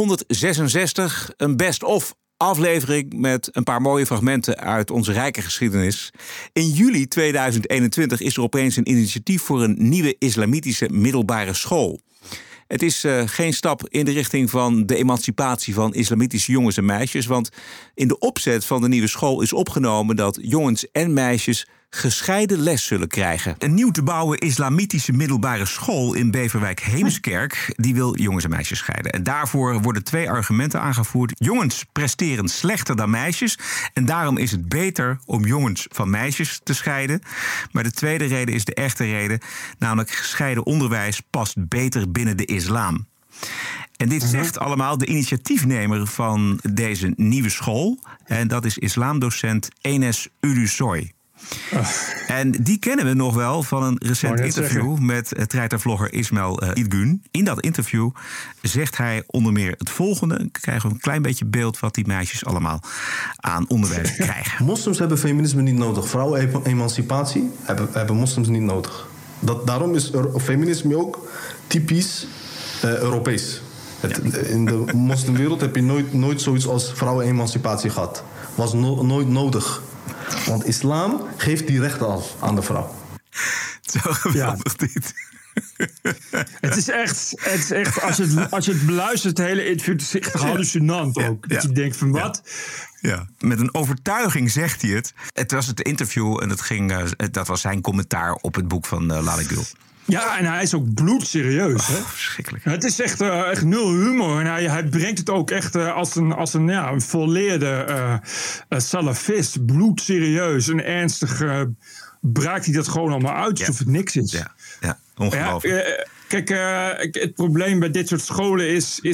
366, een best-of aflevering met een paar mooie fragmenten uit onze rijke geschiedenis. In juli 2021 is er opeens een initiatief voor een nieuwe islamitische middelbare school. Het is geen stap in de richting van de emancipatie van islamitische jongens en meisjes, want in de opzet van de nieuwe school is opgenomen dat jongens en meisjes gescheiden les zullen krijgen. Een nieuw te bouwen islamitische middelbare school in Beverwijk-Heemskerk... die wil jongens en meisjes scheiden. En daarvoor worden 2 argumenten aangevoerd. Jongens presteren slechter dan meisjes... en daarom is het beter om jongens van meisjes te scheiden. Maar de tweede reden is de echte reden... namelijk gescheiden onderwijs past beter binnen de islam. En dit zegt allemaal de initiatiefnemer van deze nieuwe school... en dat is islamdocent Enes Ulusoy. En die kennen we nog wel van een recent interview met treitervlogger Ismail Idgun. In dat interview zegt hij onder meer het volgende. Dan krijgen we een klein beetje beeld wat die meisjes allemaal aan onderwijs krijgen. Moslims hebben feminisme niet nodig. Vrouwenemancipatie hebben moslims niet nodig. Daarom is feminisme ook typisch Europees. In de moslimwereld heb je nooit zoiets als vrouwenemancipatie gehad. Was nooit nodig. Want islam geeft die rechten al aan de vrouw. Zo geweldig dit. Het is echt als je het beluistert, het hele interview, het is echt hallucinant ook. Dat je denkt van wat? Ja, met een overtuiging zegt hij het. Het was het interview en dat was zijn commentaar op het boek van Lale Gül. Ja, en hij is ook bloedserieus. Hè? Verschrikkelijk. Het is echt nul humor. En hij brengt het ook echt als een volleerde salafist. Bloedserieus en ernstig braakt hij dat gewoon allemaal uit alsof het niks is. Ja, ongelooflijk. Kijk, het probleem bij dit soort scholen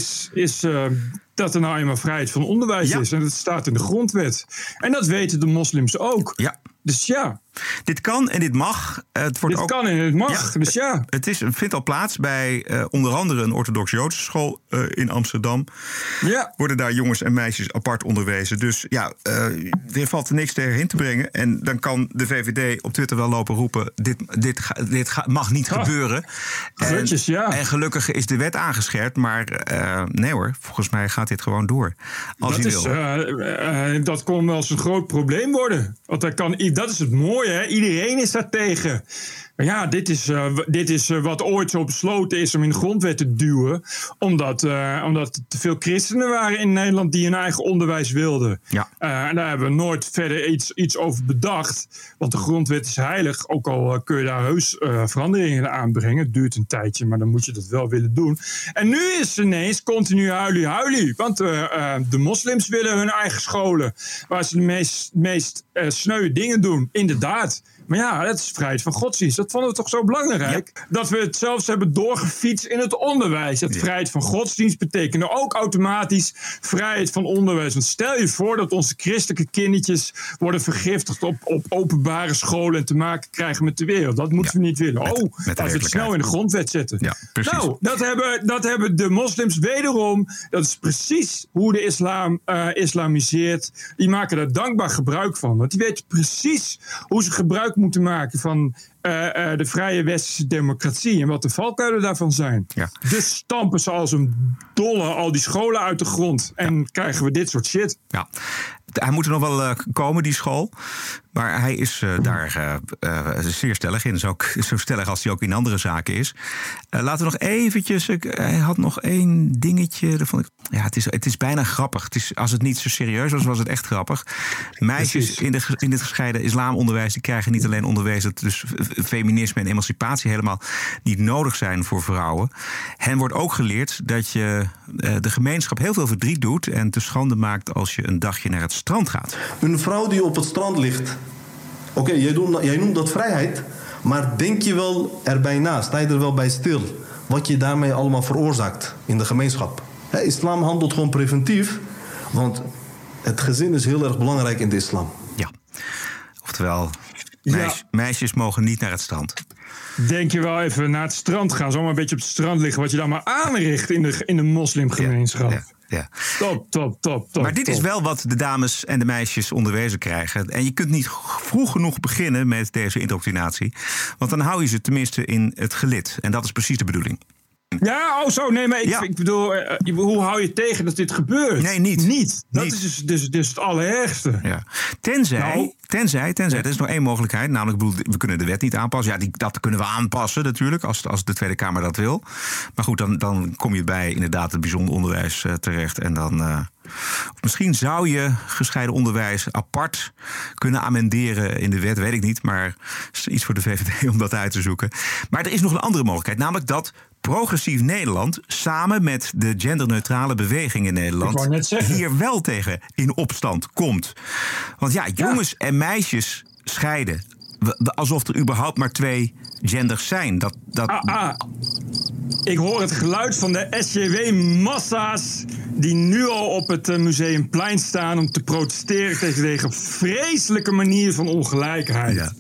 is dat er nou eenmaal vrijheid van onderwijs is. En dat staat in de grondwet. En dat weten de moslims ook. Ja. Dus ja. Dit kan en dit mag. Dit kan en dit mag, dus ja. Het vindt al plaats bij onder andere een orthodox-Joodse school in Amsterdam. Ja. Worden daar jongens en meisjes apart onderwezen. Dus ja, er valt er niks tegen in te brengen. En dan kan de VVD op Twitter wel lopen roepen... dit mag niet gebeuren. Grutjes, ja. En gelukkig is de wet aangescherpt. Maar nee hoor, volgens mij gaat dit gewoon door. Als je wil. Dat kon wel eens een groot probleem worden. Want dat is het mooie. Hè? Iedereen is daar tegen. Maar ja, dit is wat ooit zo besloten is om in de grondwet te duwen. Omdat er te veel christenen waren in Nederland die hun eigen onderwijs wilden. Ja. En daar hebben we nooit verder iets over bedacht. Want de grondwet is heilig. Ook al kun je daar heus veranderingen aan brengen. Het duurt een tijdje, maar dan moet je dat wel willen doen. En nu is het ineens continu huilie. Want de moslims willen hun eigen scholen. Waar ze de meest sneuwe dingen doen. Inderdaad. Maar ja, dat is vrijheid van godsdienst. Dat vonden we toch zo belangrijk? Ja. Dat we het zelfs hebben doorgefietst in het onderwijs. Dat vrijheid van godsdienst betekende ook automatisch vrijheid van onderwijs. Want stel je voor dat onze christelijke kindertjes worden vergiftigd op openbare scholen en te maken krijgen met de wereld. Dat moeten we niet willen. Laten we het snel in de grondwet zetten. Ja, precies. Nou, dat hebben de moslims wederom. Dat is precies hoe de islam islamiseert. Die maken daar dankbaar gebruik van. Want die weten precies hoe ze gebruik moeten maken van de vrije westerse democratie en wat de valkuilen daarvan zijn. Ja. Dus stampen ze als een dolle al die scholen uit de grond en krijgen we dit soort shit. Ja. hij moet er nog wel komen, die school. Maar hij is daar zeer stellig in. Is ook zo stellig als hij ook in andere zaken is. Laten we nog eventjes... Hij had nog één dingetje. Dat vond ik, ja, het is bijna grappig. Als het niet zo serieus was, was het echt grappig. Meisjes in het gescheiden islamonderwijs... die krijgen niet alleen onderwezen... dat dus feminisme en emancipatie helemaal niet nodig zijn voor vrouwen. Hen wordt ook geleerd dat je de gemeenschap heel veel verdriet doet... en te schande maakt als je een dagje naar het strand gaat. Een vrouw die op het strand ligt... Oké, jij noemt dat vrijheid... maar denk je wel erbij na, sta je er wel bij stil... wat je daarmee allemaal veroorzaakt in de gemeenschap. Islam handelt gewoon preventief... want het gezin is heel erg belangrijk in de islam. Ja, oftewel, meisjes mogen niet naar het strand. Denk je wel even naar het strand gaan, zomaar een beetje op het strand liggen... wat je dan maar aanricht in de moslimgemeenschap. Ja. Top. Maar dit is wel wat de dames en de meisjes onderwezen krijgen. En je kunt niet vroeg genoeg beginnen met deze indoctrinatie. Want dan hou je ze tenminste in het gelid. En dat is precies de bedoeling. Ja, nee, maar ik bedoel, hoe hou je tegen dat dit gebeurt? Nee, niet. Dat is dus het allerergste. Ja. Tenzij, er is nog één mogelijkheid. Namelijk, we kunnen de wet niet aanpassen. Ja, dat kunnen we aanpassen natuurlijk, als de Tweede Kamer dat wil. Maar goed, dan kom je bij inderdaad het bijzonder onderwijs terecht. En dan... misschien zou je gescheiden onderwijs apart kunnen amenderen in de wet, weet ik niet. Maar het is iets voor de VVD om dat uit te zoeken. Maar er is nog een andere mogelijkheid, namelijk dat Progressief Nederland samen met de genderneutrale beweging in Nederland hier wel tegen in opstand komt. Want ja, jongens en meisjes scheiden. Alsof er überhaupt maar 2 genders zijn. Ik hoor het geluid van de SJW-massa's... die nu al op het Museumplein staan... om te protesteren tegen deze vreselijke manier van ongelijkheid. Ja.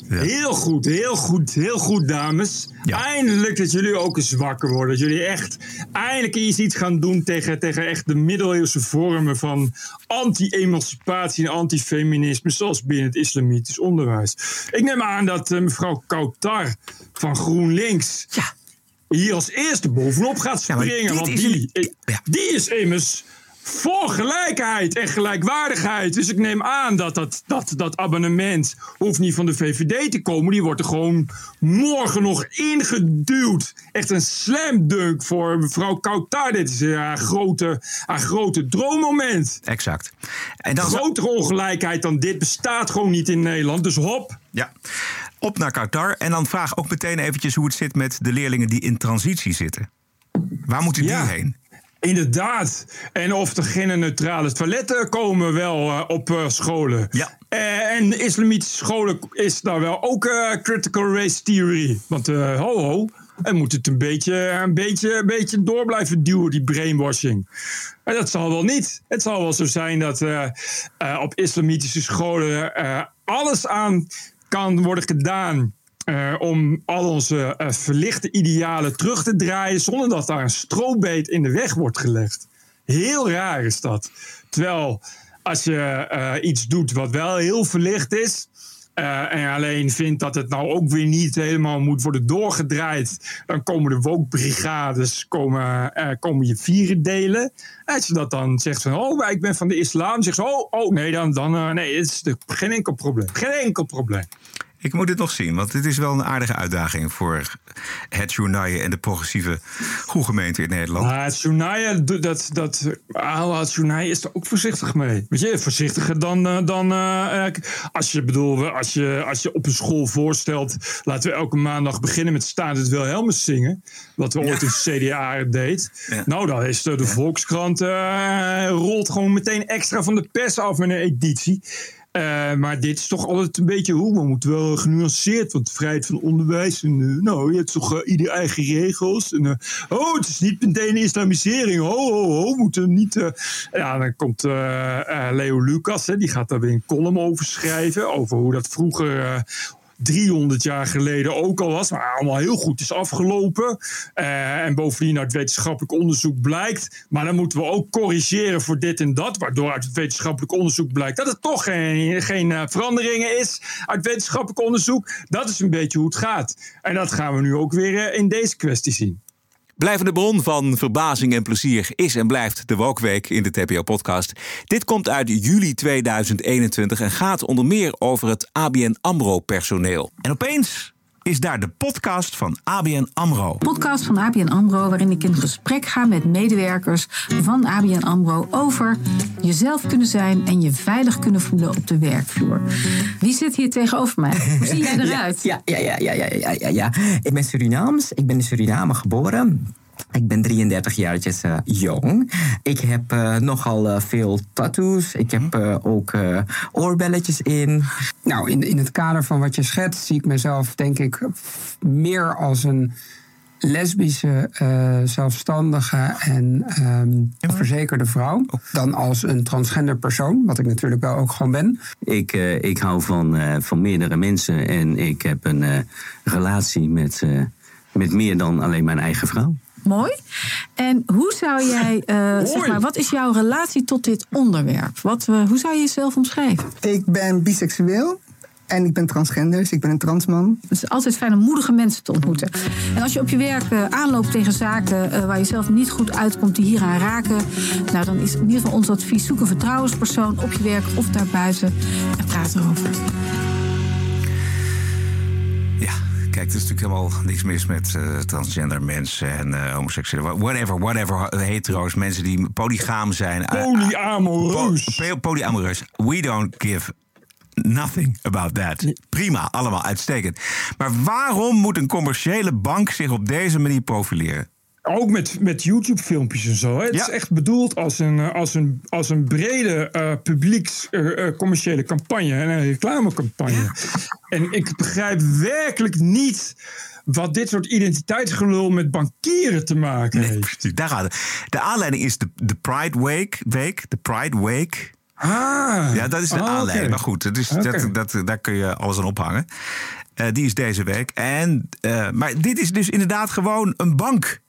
Heel goed, dames. Ja. Eindelijk dat jullie ook eens wakker worden. Dat jullie echt eindelijk iets gaan doen tegen echt de middeleeuwse vormen van anti-emancipatie en anti-feminisme, zoals binnen het islamitisch onderwijs. Ik neem aan dat mevrouw Kautar van GroenLinks hier als eerste bovenop gaat springen. Want die is immers voor gelijkheid en gelijkwaardigheid. Dus ik neem aan dat abonnement hoeft niet van de VVD te komen. Die wordt er gewoon morgen nog ingeduwd. Echt een slam dunk voor mevrouw Kautar. Dit is haar grote droommoment. Exact. En dan grotere ongelijkheid dan dit bestaat gewoon niet in Nederland. Dus hop. Ja. Op naar Kautar. En dan vraag ook meteen eventjes hoe het zit met de leerlingen die in transitie zitten. Waar moeten die heen? Inderdaad. En of er geen neutrale toiletten komen wel op scholen. Ja. En islamitische scholen is daar wel ook critical race theory. Want en moet het een beetje door blijven duwen, die brainwashing. En dat zal wel niet. Het zal wel zo zijn dat op islamitische scholen alles aan kan worden gedaan om al onze verlichte idealen terug te draaien zonder dat daar een strobeet in de weg wordt gelegd. Heel raar is dat. Terwijl als je iets doet wat wel heel verlicht is, en je alleen vindt dat het nou ook weer niet helemaal moet worden doorgedraaid, dan komen de woke-brigades komen je vieren delen. En als je dat dan zegt van, ik ben van de islam, zegt ze, nee, het is geen enkel probleem. Geen enkel probleem. Ik moet dit nog zien, want dit is wel een aardige uitdaging voor het Journaille en de progressieve groegemeente in Nederland. Het Journaille, het Journaille is er ook voorzichtig mee. Weet je, voorzichtiger dan als je op een school voorstelt, laten we elke maandag beginnen met Staat het Wilhelmus zingen, wat we ooit in CDA deed. Ja. Nou, dan is de Volkskrant rolt gewoon meteen extra van de pers af met een editie. Maar dit is toch altijd een beetje we moeten wel genuanceerd, want vrijheid van onderwijs en je hebt toch ieder eigen regels. En, het is niet meteen een islamisering. Moeten niet. Dan komt Leo Lucas, die gaat daar weer een column over schrijven, over hoe dat vroeger 300 jaar geleden ook al was, maar allemaal heel goed is afgelopen. En bovendien uit wetenschappelijk onderzoek blijkt, maar dan moeten we ook corrigeren voor dit en dat, waardoor uit het wetenschappelijk onderzoek blijkt dat er toch geen veranderingen is uit wetenschappelijk onderzoek. Dat is een beetje hoe het gaat. En dat gaan we nu ook weer in deze kwestie zien. Blijvende bron van verbazing en plezier is en blijft de Woke Week in de TPO-podcast. Dit komt uit juli 2021 en gaat onder meer over het ABN AMRO-personeel. En opeens is daar de podcast van ABN AMRO. Podcast van ABN AMRO waarin ik in gesprek ga met medewerkers van ABN AMRO over jezelf kunnen zijn en je veilig kunnen voelen op de werkvloer. Wie zit hier tegenover mij? Hoe zie jij eruit? Ja. Ik ben Surinaams. Ik ben in Suriname geboren. Ik ben 33 jaartjes jong. Ik heb nogal veel tattoos. Ik heb ook oorbelletjes in. Nou, in het kader van wat je schetst zie ik mezelf denk ik meer als een lesbische, zelfstandige en verzekerde vrouw dan als een transgender persoon, wat ik natuurlijk wel ook gewoon ben. Ik hou van meerdere mensen en ik heb een relatie met meer dan alleen mijn eigen vrouw. Mooi. En hoe zou jij, wat is jouw relatie tot dit onderwerp? Hoe zou je jezelf omschrijven? Ik ben biseksueel. En ik ben transgender, dus ik ben een transman. Het is altijd fijn om moedige mensen te ontmoeten. En als je op je werk aanloopt tegen zaken waar je zelf niet goed uitkomt, die hieraan raken, nou, dan is in ieder geval ons advies: zoek een vertrouwenspersoon op je werk of daarbuiten en praat erover. Ja. Kijk, er is natuurlijk helemaal niks mis met transgender mensen en homoseksuelen. Whatever, hetero's, mensen die polygaam zijn. Polyamoreus. Polyamoreus. We don't give nothing about that. Prima, allemaal uitstekend. Maar waarom moet een commerciële bank zich op deze manier profileren? Ook met YouTube-filmpjes en zo. Hè? Het is echt bedoeld als een brede publieks commerciële campagne en een reclamecampagne. Ja. En ik begrijp werkelijk niet wat dit soort identiteitsgelul met bankieren te maken heeft. Precies, daar gaat het. De aanleiding is de Pride Week. De Pride Week. Ja, dat is de aanleiding. Okay. Maar goed, daar kun je alles aan ophangen. Die is deze week. Maar dit is dus inderdaad gewoon een bank.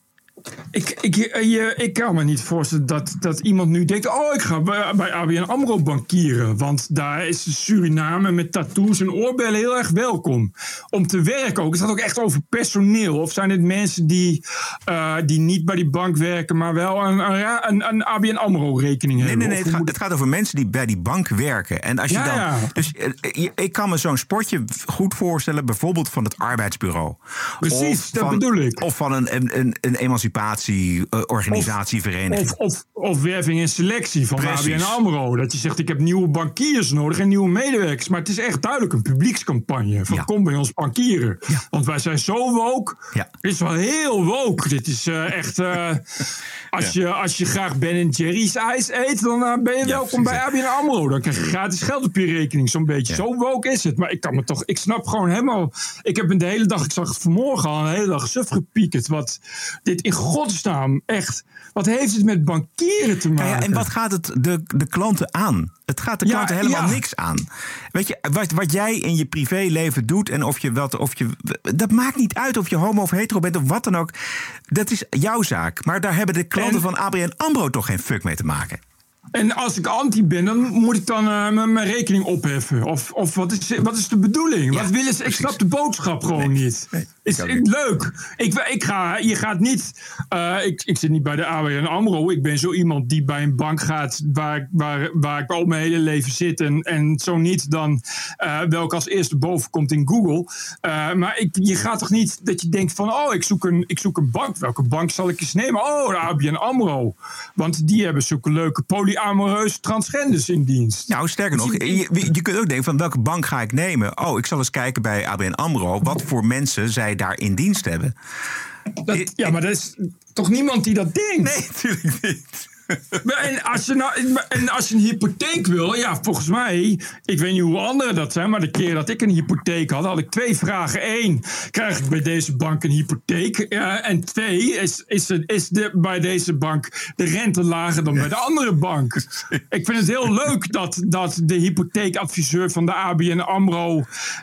Ik kan me niet voorstellen dat iemand nu denkt: oh, ik ga bij ABN AMRO bankieren. Want daar is Suriname met tattoos en oorbellen heel erg welkom. Om te werken ook. Het gaat ook echt over personeel. Of zijn het mensen die niet bij die bank werken, maar wel een ABN AMRO rekening hebben? Nee, het gaat over mensen die bij die bank werken. En als je Dus ik kan me zo'n sportje goed voorstellen, bijvoorbeeld van het arbeidsbureau. Precies, dat bedoel ik. Of van een emancipatieorganisatie, vereniging. Of werving en selectie van ABN AMRO. Dat je zegt, ik heb nieuwe bankiers nodig en nieuwe medewerkers. Maar het is echt duidelijk een publiekscampagne. Van kom bij ons bankieren. Ja. Want wij zijn zo woke. Ja. Het is wel heel woke. Dit is echt... Als je graag Ben & Jerry's ijs eet, dan ben je welkom bij ABN AMRO. Dan krijg je gratis geld op je rekening, zo'n beetje. Ja. Zo woke is het. Maar ik snap gewoon helemaal... Ik heb de hele dag, ik zag het vanmorgen al, een hele dag suf gepiekerd. Wat dit in godsnaam echt... Wat heeft het met bankieren te maken? Ja, en wat gaat het de klanten aan? Het gaat de klanten helemaal niks aan. Weet je, wat jij in je privéleven doet en dat maakt niet uit of je homo of hetero bent of wat dan ook. Dat is jouw zaak. Maar daar hebben de klanten van ABN AMRO toch geen fuck mee te maken. En als ik anti ben, dan moet ik dan mijn rekening opheffen. Of wat is de bedoeling? Ja, wat willen ze? Ik snap de boodschap gewoon niet. Is leuk. Je gaat niet... Ik zit niet bij de ABN AMRO. Ik ben zo iemand die bij een bank gaat waar ik al mijn hele leven zit. En zo niet dan welke als eerste boven komt in Google. Maar je gaat toch niet dat je denkt van... ik zoek een bank. Welke bank zal ik eens nemen? Oh, de ABN AMRO. Want die hebben zulke leuke polyamoreuze transgenders in dienst. Nou, sterker nog, je kunt ook denken van welke bank ga ik nemen? Oh, ik zal eens kijken bij ABN AMRO wat voor mensen zij daar in dienst hebben. Maar dat is toch niemand die dat denkt? Nee, natuurlijk niet. En als je een hypotheek wil, volgens mij, ik weet niet hoe anderen dat zijn, maar de keer dat ik een hypotheek had ik 2 vragen. 1, krijg ik bij deze bank een hypotheek? En 2, is bij deze bank de rente lager dan bij de andere bank? Ik vind het heel leuk dat de hypotheekadviseur van de ABN AMRO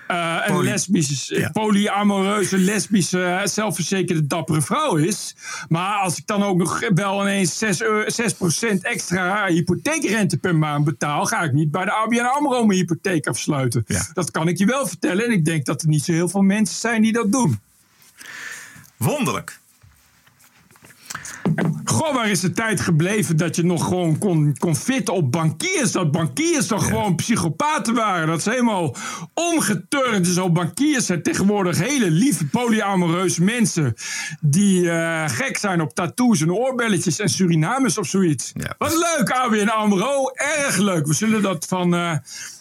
een polyamoreuze, lesbische, zelfverzekerde, dappere vrouw is. Maar als ik dan ook nog wel ineens 6% extra hypotheekrente per maand betaal, ga ik niet bij de ABN AMRO mijn hypotheek afsluiten. Ja. Dat kan ik je wel vertellen. En ik denk dat er niet zo heel veel mensen zijn die dat doen. Wonderlijk. Goh, waar is de tijd gebleven dat je nog gewoon kon fitten op bankiers? Dat bankiers toch gewoon psychopaten waren. Dat ze helemaal omgeturnd. Zo bankiers zijn tegenwoordig hele lieve polyamoreuze mensen die gek zijn op tattoos en oorbelletjes en Surinamers of zoiets. Ja. Wat leuk, ABN AMRO. Erg leuk. We zullen dat van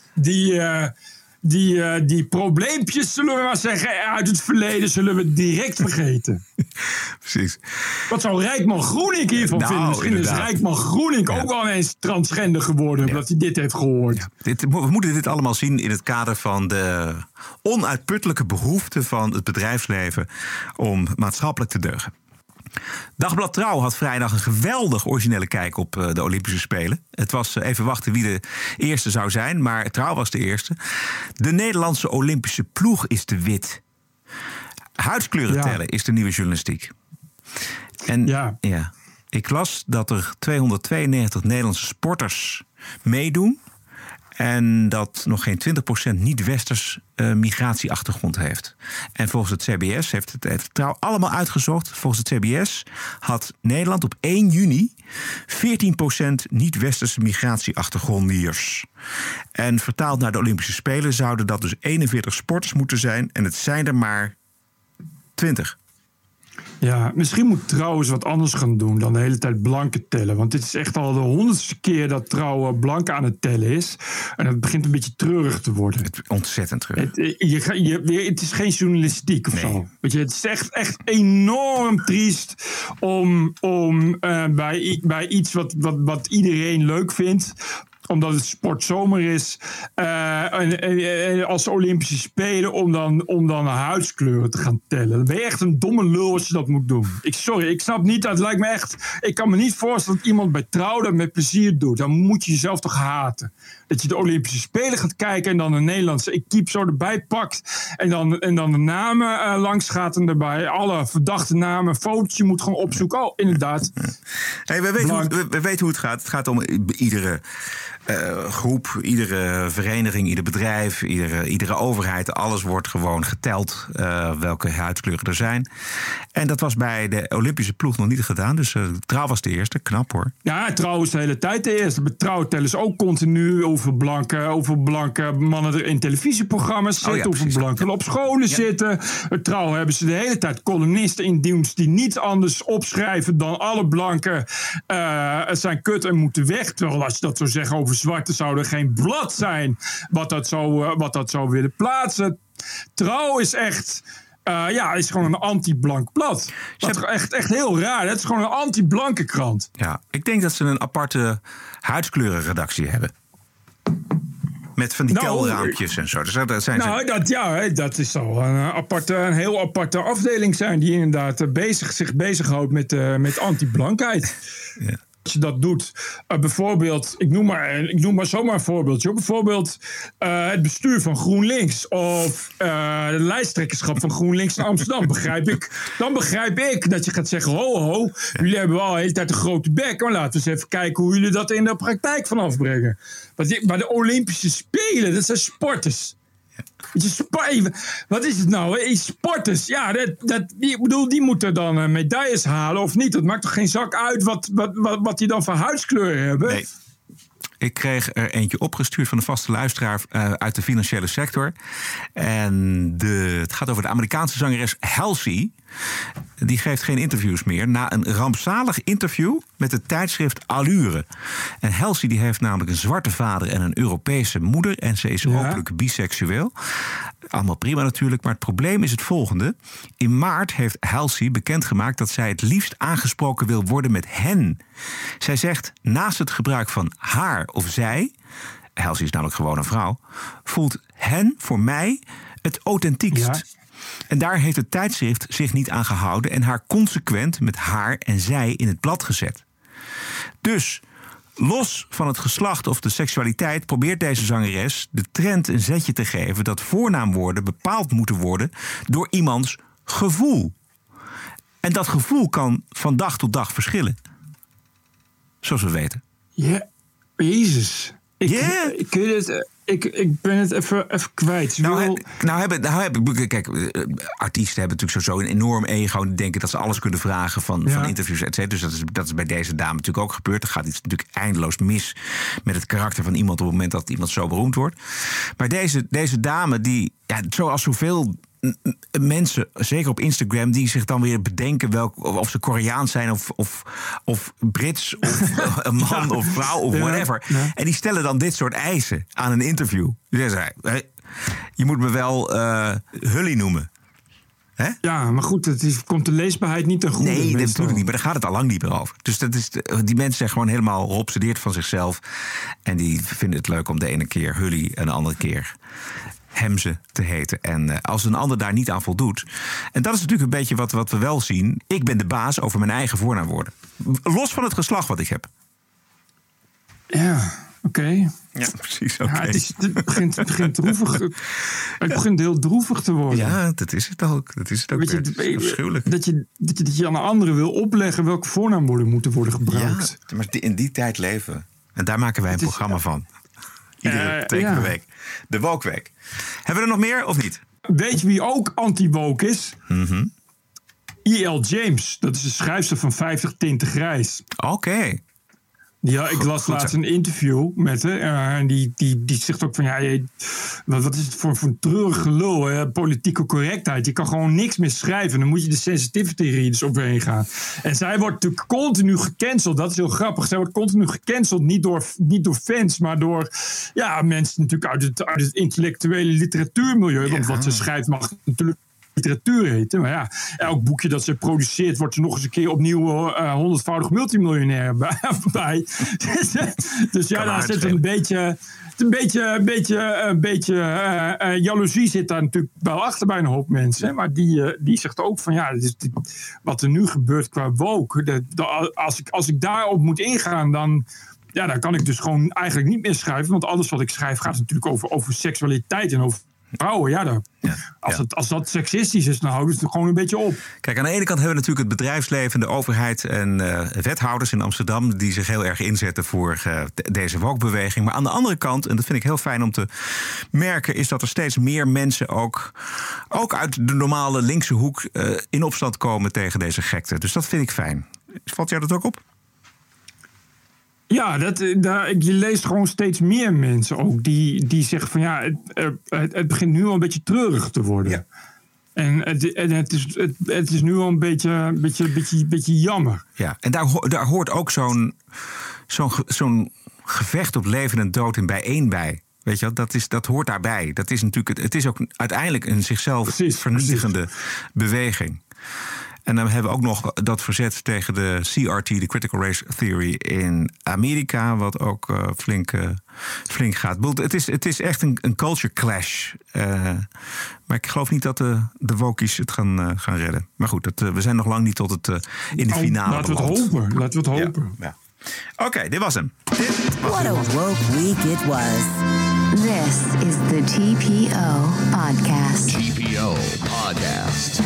die probleempjes, zullen we maar zeggen, uit het verleden zullen we direct vergeten. Precies. Wat zou Rijkman Groening hiervan vinden? Misschien inderdaad. Is Rijkman Groening ook wel eens transgender geworden, omdat hij dit heeft gehoord. Ja. We moeten dit allemaal zien in het kader van de onuitputtelijke behoefte van het bedrijfsleven om maatschappelijk te deugen. Dagblad Trouw had vrijdag een geweldig originele kijk op de Olympische Spelen. Het was even wachten wie de eerste zou zijn, maar Trouw was de eerste. De Nederlandse Olympische ploeg is te wit. Huidskleuren tellen is de nieuwe journalistiek. En ik las dat er 292 Nederlandse sporters meedoen. En dat nog geen 20% niet-westers migratieachtergrond heeft. En volgens het CBS heeft het Trouw allemaal uitgezocht. Volgens het CBS had Nederland op 1 juni 14% niet-westerse migratieachtergrondiërs. En vertaald naar de Olympische Spelen zouden dat dus 41 sporters moeten zijn. En het zijn er maar 20. Ja, misschien moet Trouw eens wat anders gaan doen dan de hele tijd blanken tellen. Want dit is echt al de 100ste keer dat Trouw blanken aan het tellen is. En het begint een beetje treurig te worden. Ontzettend treurig. Het is geen journalistiek of zo. Weet je, het is echt enorm triest om bij iets wat iedereen leuk vindt, omdat het sportzomer is, als Olympische Spelen, om dan huidskleuren te gaan tellen. Dan ben je echt een domme lul als je dat moet doen. Ik snap niet, dat lijkt me echt. Ik kan me niet voorstellen dat iemand bij Trouw dat met plezier doet. Dan moet je jezelf toch haten. Dat je de Olympische Spelen gaat kijken en dan een Nederlandse equipe zo erbij pakt. En dan de namen langs gaat en erbij alle verdachte namen, een fotootje moet gewoon opzoeken. Oh, inderdaad. Hey, we weten hoe het gaat. Het gaat om iedere groep, iedere vereniging, ieder bedrijf, iedere overheid. Alles wordt gewoon geteld welke huidskleuren er zijn. En dat was bij de Olympische ploeg nog niet gedaan. Dus Trouw was de eerste. Knap hoor. Ja, Trouw is de hele tijd de eerste. Bij Trouw tellen ze ook continu hoeveel blanke mannen er in televisieprogramma's zitten. Hoeveel blanken op scholen zitten. Bij Trouw hebben ze de hele tijd columnisten in dienst die niets anders opschrijven dan alle blanken zijn kut en moeten weg. Terwijl als je dat zou zeggen over zwarte, zou er geen blad zijn wat dat zou willen plaatsen. Trouw is echt is gewoon een anti-blank blad. Dat is echt heel raar. Het is gewoon een anti-blanke krant. Ja, ik denk dat ze een aparte huidskleurenredactie hebben. Met van die kelderraampjes en zo. Dus dat is zo een heel aparte afdeling zijn die inderdaad zich bezighoudt met anti-blankheid. Ja. Als je dat doet, bijvoorbeeld, ik noem maar zomaar een voorbeeldje. Bijvoorbeeld het bestuur van GroenLinks of de lijsttrekkerschap van GroenLinks in Amsterdam. Dan begrijp ik dat je gaat zeggen, ho, jullie hebben wel de hele tijd een grote bek, maar laten we eens even kijken hoe jullie dat in de praktijk vanaf brengen. Bij de Olympische Spelen, dat zijn sporters. Wat is het nou? Sporters, die moeten dan medailles halen of niet. Het maakt toch geen zak uit wat die dan voor huidskleur hebben? Nee. Ik kreeg er eentje opgestuurd van een vaste luisteraar uit de financiële sector. En het gaat over de Amerikaanse zangeres Halsey. Die geeft geen interviews meer na een rampzalig interview met het tijdschrift Allure. En Halsey die heeft namelijk een zwarte vader en een Europese moeder. En ze is openlijk biseksueel. Allemaal prima natuurlijk, maar het probleem is het volgende. In maart heeft Halsey bekendgemaakt dat zij het liefst aangesproken wil worden met hen. Zij zegt, naast het gebruik van haar of zij, Halsey is namelijk gewoon een vrouw, voelt hen voor mij het authentiekst. Ja. En daar heeft het tijdschrift zich niet aan gehouden en haar consequent met haar en zij in het blad gezet. Dus los van het geslacht of de seksualiteit probeert deze zangeres de trend een zetje te geven dat voornaamwoorden bepaald moeten worden door iemands gevoel. En dat gevoel kan van dag tot dag verschillen. Zoals we weten. Ja, Jezus. Ik ben het even kwijt. Kijk, artiesten hebben natuurlijk sowieso een enorm ego. Die denken dat ze alles kunnen vragen van interviews, et cetera. Dus dat is bij deze dame natuurlijk ook gebeurd. Er gaat iets natuurlijk eindeloos mis met het karakter van iemand op het moment dat iemand zo beroemd wordt. Maar deze dame, die, zoals zoveel mensen, zeker op Instagram, die zich dan weer bedenken of ze Koreaans zijn of Brits of een man of vrouw of whatever. Ja. En die stellen dan dit soort eisen aan een interview. Die zeggen, je moet me wel Hully noemen. Hè? Ja, maar goed, komt de leesbaarheid niet ten goede. Nee, dat natuurlijk niet, maar daar gaat het al lang niet meer over. Dus die mensen zijn gewoon helemaal geobsedeerd van zichzelf. En die vinden het leuk om de ene keer Hully en de andere keer Hemze te heten. En als een ander daar niet aan voldoet. En dat is natuurlijk een beetje wat we wel zien. Ik ben de baas over mijn eigen voornaamwoorden. Los van het geslacht wat ik heb. Ja, oké. Ja, precies. Okay. Ja, het begint droevig. Het begint heel droevig te worden. Ja, dat is het ook. Dat is het ook. Het is afschuwelijk. Dat je aan een andere wil opleggen welke voornaamwoorden moeten worden gebruikt. Ja, maar in die tijd leven. En daar maken wij een programma van. Iedere per week. De Woke-week. Hebben we er nog meer of niet? Weet je wie ook anti-woke is? Mm-hmm. E.L. James. Dat is de schrijfster van 50 Tinten Grijs. Oké. Ja, ik las laatst een interview met haar. En die zegt ook van... wat is het voor een treurig gelul, hè? Politieke correctheid. Je kan gewoon niks meer schrijven. Dan moet je de sensitivity readers overheen gaan. En zij wordt natuurlijk continu gecanceld. Dat is heel grappig. Zij wordt continu gecanceld. Niet door fans, maar door mensen natuurlijk uit het intellectuele literatuurmilieu. Want wat ze schrijft mag natuurlijk literatuur heten. Maar ja, elk boekje dat ze produceert wordt er nog eens een keer opnieuw 100-voudig multimiljonair bij. Dus daar zit een beetje jaloezie zit daar natuurlijk wel achter bij een hoop mensen. Maar die zegt ook van wat er nu gebeurt qua woke. Als ik daarop moet ingaan, dan kan ik dus gewoon eigenlijk niet meer schrijven. Want alles wat ik schrijf gaat natuurlijk over seksualiteit en over vrouwen. Als dat seksistisch is, dan houden ze het gewoon een beetje op. Kijk, aan de ene kant hebben we natuurlijk het bedrijfsleven, de overheid en wethouders in Amsterdam die zich heel erg inzetten voor deze woke-beweging. Maar aan de andere kant, en dat vind ik heel fijn om te merken, is dat er steeds meer mensen ook uit de normale linkse hoek in opstand komen tegen deze gekte. Dus dat vind ik fijn. Valt jou dat ook op? Ja, je leest gewoon steeds meer mensen ook die zeggen van het begint nu al een beetje treurig te worden. Ja. En het is nu al een beetje jammer. Ja, en daar hoort ook zo'n gevecht op leven en dood in bijeen bij. Weet je wel, dat hoort daarbij. Dat is natuurlijk, het is ook uiteindelijk een zichzelf vernietigende beweging. En dan hebben we ook nog dat verzet tegen de CRT, de Critical Race Theory in Amerika, wat ook flink gaat. Het is echt een culture clash. Maar ik geloof niet dat de wokies het gaan redden. Maar goed, we zijn nog lang niet tot het in de finale. Laten we het hopen. Ja. Oké, dit was hem. What a woke week it was. This is the TPO Podcast. TPO Podcast.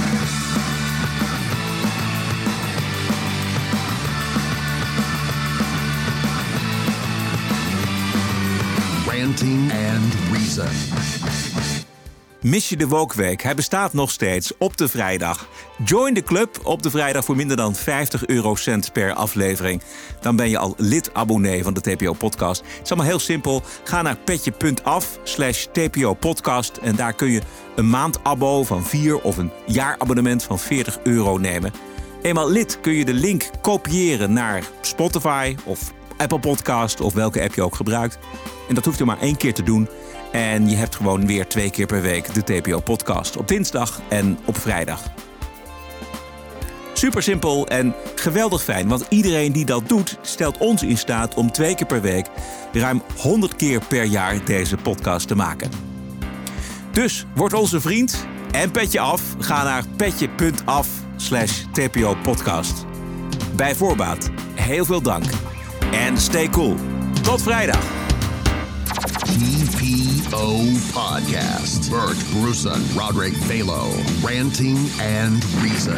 Ranting and Reason. Mis je de Woke-week? Hij bestaat nog steeds op de vrijdag. Join de club op de vrijdag voor minder dan 50 eurocent per aflevering. Dan ben je al lid-abonnee van de TPO-podcast. Het is allemaal heel simpel. Ga naar petje.af/TPO-podcast en daar kun je een maandabo van 4 of een jaarabonnement van 40 euro nemen. Eenmaal lid kun je de link kopiëren naar Spotify of Apple Podcast of welke app je ook gebruikt. En dat hoeft je maar 1 keer te doen. En je hebt gewoon weer 2 keer per week de TPO-podcast. Op dinsdag en op vrijdag. Super simpel en geweldig fijn. Want iedereen die dat doet, stelt ons in staat om 2 keer per week ruim 100 keer per jaar deze podcast te maken. Dus word onze vriend en petje af. Ga naar petje.af/TPO-podcast. Bij voorbaat, heel veel dank. En stay cool. Tot vrijdag. TPO Podcast. Bert Brussen, Roderick Balo. Ranting and Reason.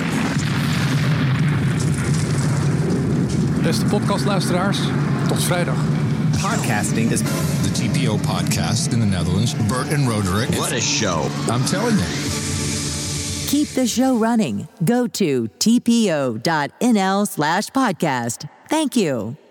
Beste podcastluisteraars, tot vrijdag. Podcasting is the TPO podcast in the Netherlands. Bert and Roderick. What a show. I'm telling you. Keep the show running. Go to tpo.nl/podcast. Thank you.